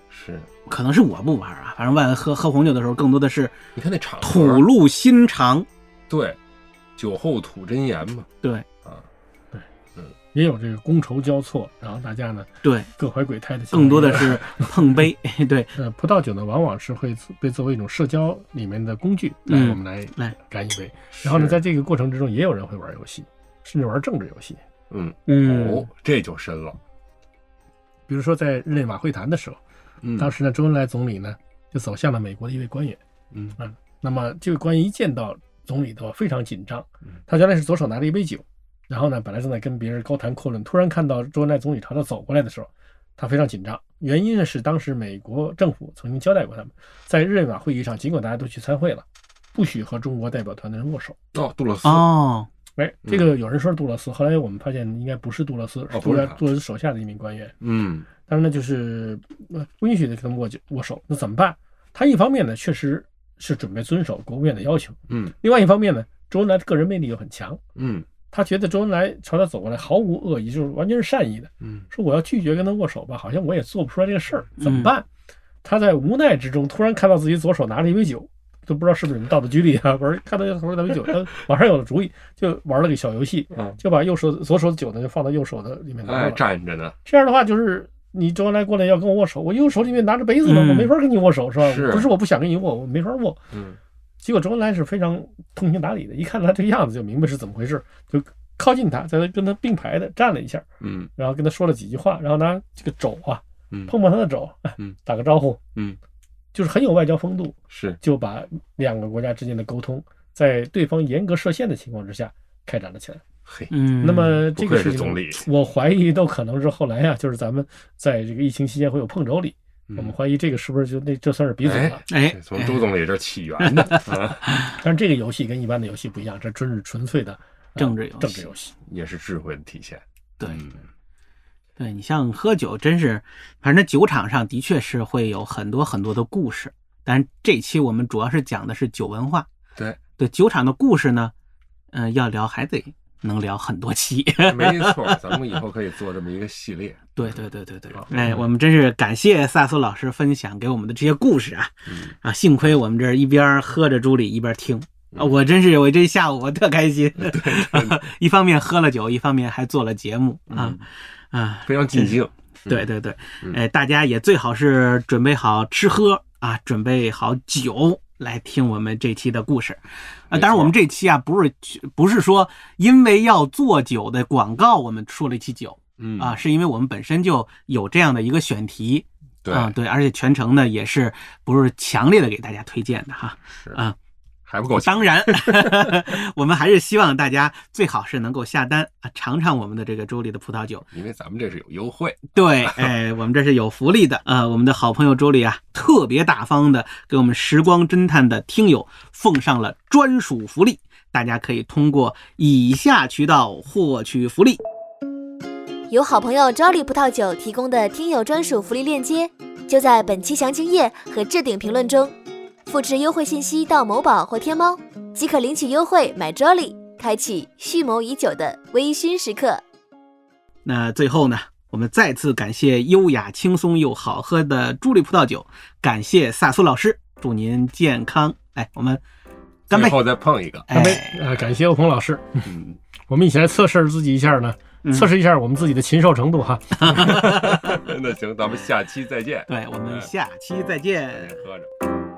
是， 可能是我不玩啊，反正万喝喝红酒的时候，更多的是你看那场吐露心肠。 对，酒后吐真言嘛。 对啊， 对，嗯，也有这个觥筹交错，然后大家呢， 对， 各怀鬼胎的， 更多的是碰杯。对， 呃，葡萄酒呢，往往是会被作为一种社交里面的工具，来、嗯、我们来来干一杯。然后呢，在这个过程之中，也有人会玩游戏，甚至玩政治游戏。 嗯嗯， 哦，这就深了。 比如说在日内瓦会谈的时候，嗯，当时呢，周恩来总理呢就走向了美国的一位官员， 嗯嗯，那么这位官员一见到总理都非常紧张，他原来是左手拿着一杯酒，然后呢，本来正在跟别人高谈阔论，突然看到周恩来总理朝他走过来的时候，他非常紧张。原因呢是当时美国政府曾经交代过他们，在日内瓦会议上，尽管大家都去参会了，不许和中国代表团的人握手。 哦，杜勒斯。 哦。 哎，这个有人说是杜勒斯，后来我们发现应该不是杜勒斯，是杜勒杜勒斯手下的一名官员。 嗯， 当然呢，就是不允许跟他们握握手，那怎么办？他一方面呢，确实是准备遵守国务院的要求， 嗯， 另外一方面呢，周恩来的个人魅力又很强， 嗯， 他觉得周恩来朝他走过来毫无恶意，就是完全是善意的， 嗯， 说我要拒绝跟他握手吧，好像我也做不出来这个事儿，怎么办？嗯、他在无奈之中，突然看到自己左手拿着一杯酒。都不知道是不是你们道德拘礼啊？玩看到左手拿杯酒，他马上有了主意，就玩了个小游戏，就把右手左手的酒呢就放到右手的里面拿了， 哎，站着呢。 这样的话，就是你周恩来过来要跟我握手，我右手里面拿着杯子呢，嗯、我没法跟你握手，是吧？ 是不是我不想跟你握，我没法握。 嗯。 结果周恩来是非常通情达理的，一看他这个样子就明白是怎么回事，就靠近他，在他跟他并排的站了一下， 嗯， 然后跟他说了几句话，然后拿这个肘啊， 嗯， 碰碰他的肘， 嗯， 打个招呼， 嗯。 就是很有外交风度， 是就把两个国家之间的沟通，在对方严格设限的情况之下开展了起来。 嘿， 嗯， 那么这个事情， 我怀疑都可能是后来呀、啊，就是咱们在这个疫情期间会有碰着礼，嗯、我们怀疑这个是不是就那这算是鼻祖了？ 哎， 从周总理这起源的。啊、 但是这个游戏跟一般的游戏不一样，这真是纯粹的、呃、 政治游戏， 政治游戏也是智慧的体现。 对。 嗯对，你像喝酒，真是，反正酒场上的确是会有很多很多的故事。但是这期我们主要是讲的是酒文化。 对对，酒场的故事呢，嗯、呃，要聊还得能聊很多期。 没错，咱们以后可以做这么一个系列。 对对对对对，哎，我们真是感谢萨苏老师分享给我们的这些故事啊！ 嗯、 啊，幸亏我们这一边喝着朱里一边听。啊，我真是我这一下午我特开心，一方面喝了酒，一方面还做了节目啊。嗯啊， 非常尽兴。 对对对，哎，大家也最好是准备好吃喝啊，准备好酒来听我们这期的故事啊。当然，我们这期啊，不是不是说因为要做酒的广告，我们说了一期酒， 嗯啊，是因为我们本身就有这样的一个选题， 对啊，对，而且全程呢也是不是强烈的给大家推荐的哈，啊。 还不够， 当然我们还是希望大家最好是能够下单啊，尝尝我们的这个周里的葡萄酒， 因为咱们这是有优惠。 对，哎，我们这是有福利的。呃，我们的好朋友周里啊，特别大方的给我们时光侦探的听友奉上了专属福利，大家可以通过以下渠道获取福利。 有好朋友周里葡萄酒提供的听友专属福利链接，就在本期详情页和置顶评论中。复制优惠信息到某宝或天猫，即可领取优惠买 Jolly， 开启蓄谋已久的微醺时刻。 那最后呢，我们再次感谢优雅轻松又好喝的朱里葡萄酒，感谢萨苏老师，祝您健康。来，我们干杯！ 最后再碰一个， 干杯！啊，感谢欧鹏老师。嗯，我们一起来测试自己一下呢，嗯、测试一下我们自己的禽兽程度哈。 那行，咱们下期再见。 对，我们下期再见。 喝着。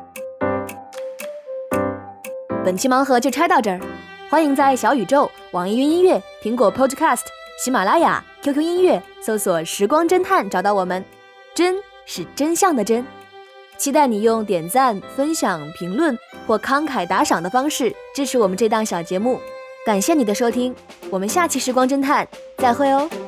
本期盲盒就拆到这儿，欢迎在小宇宙、网易云音乐、苹果 Podcast、喜马拉雅、Q Q 音乐搜索时光侦探找到我们。真是真相的真，期待你用点赞、分享、评论或慷慨打赏的方式支持我们这档小节目。感谢你的收听，我们下期时光侦探再会哦。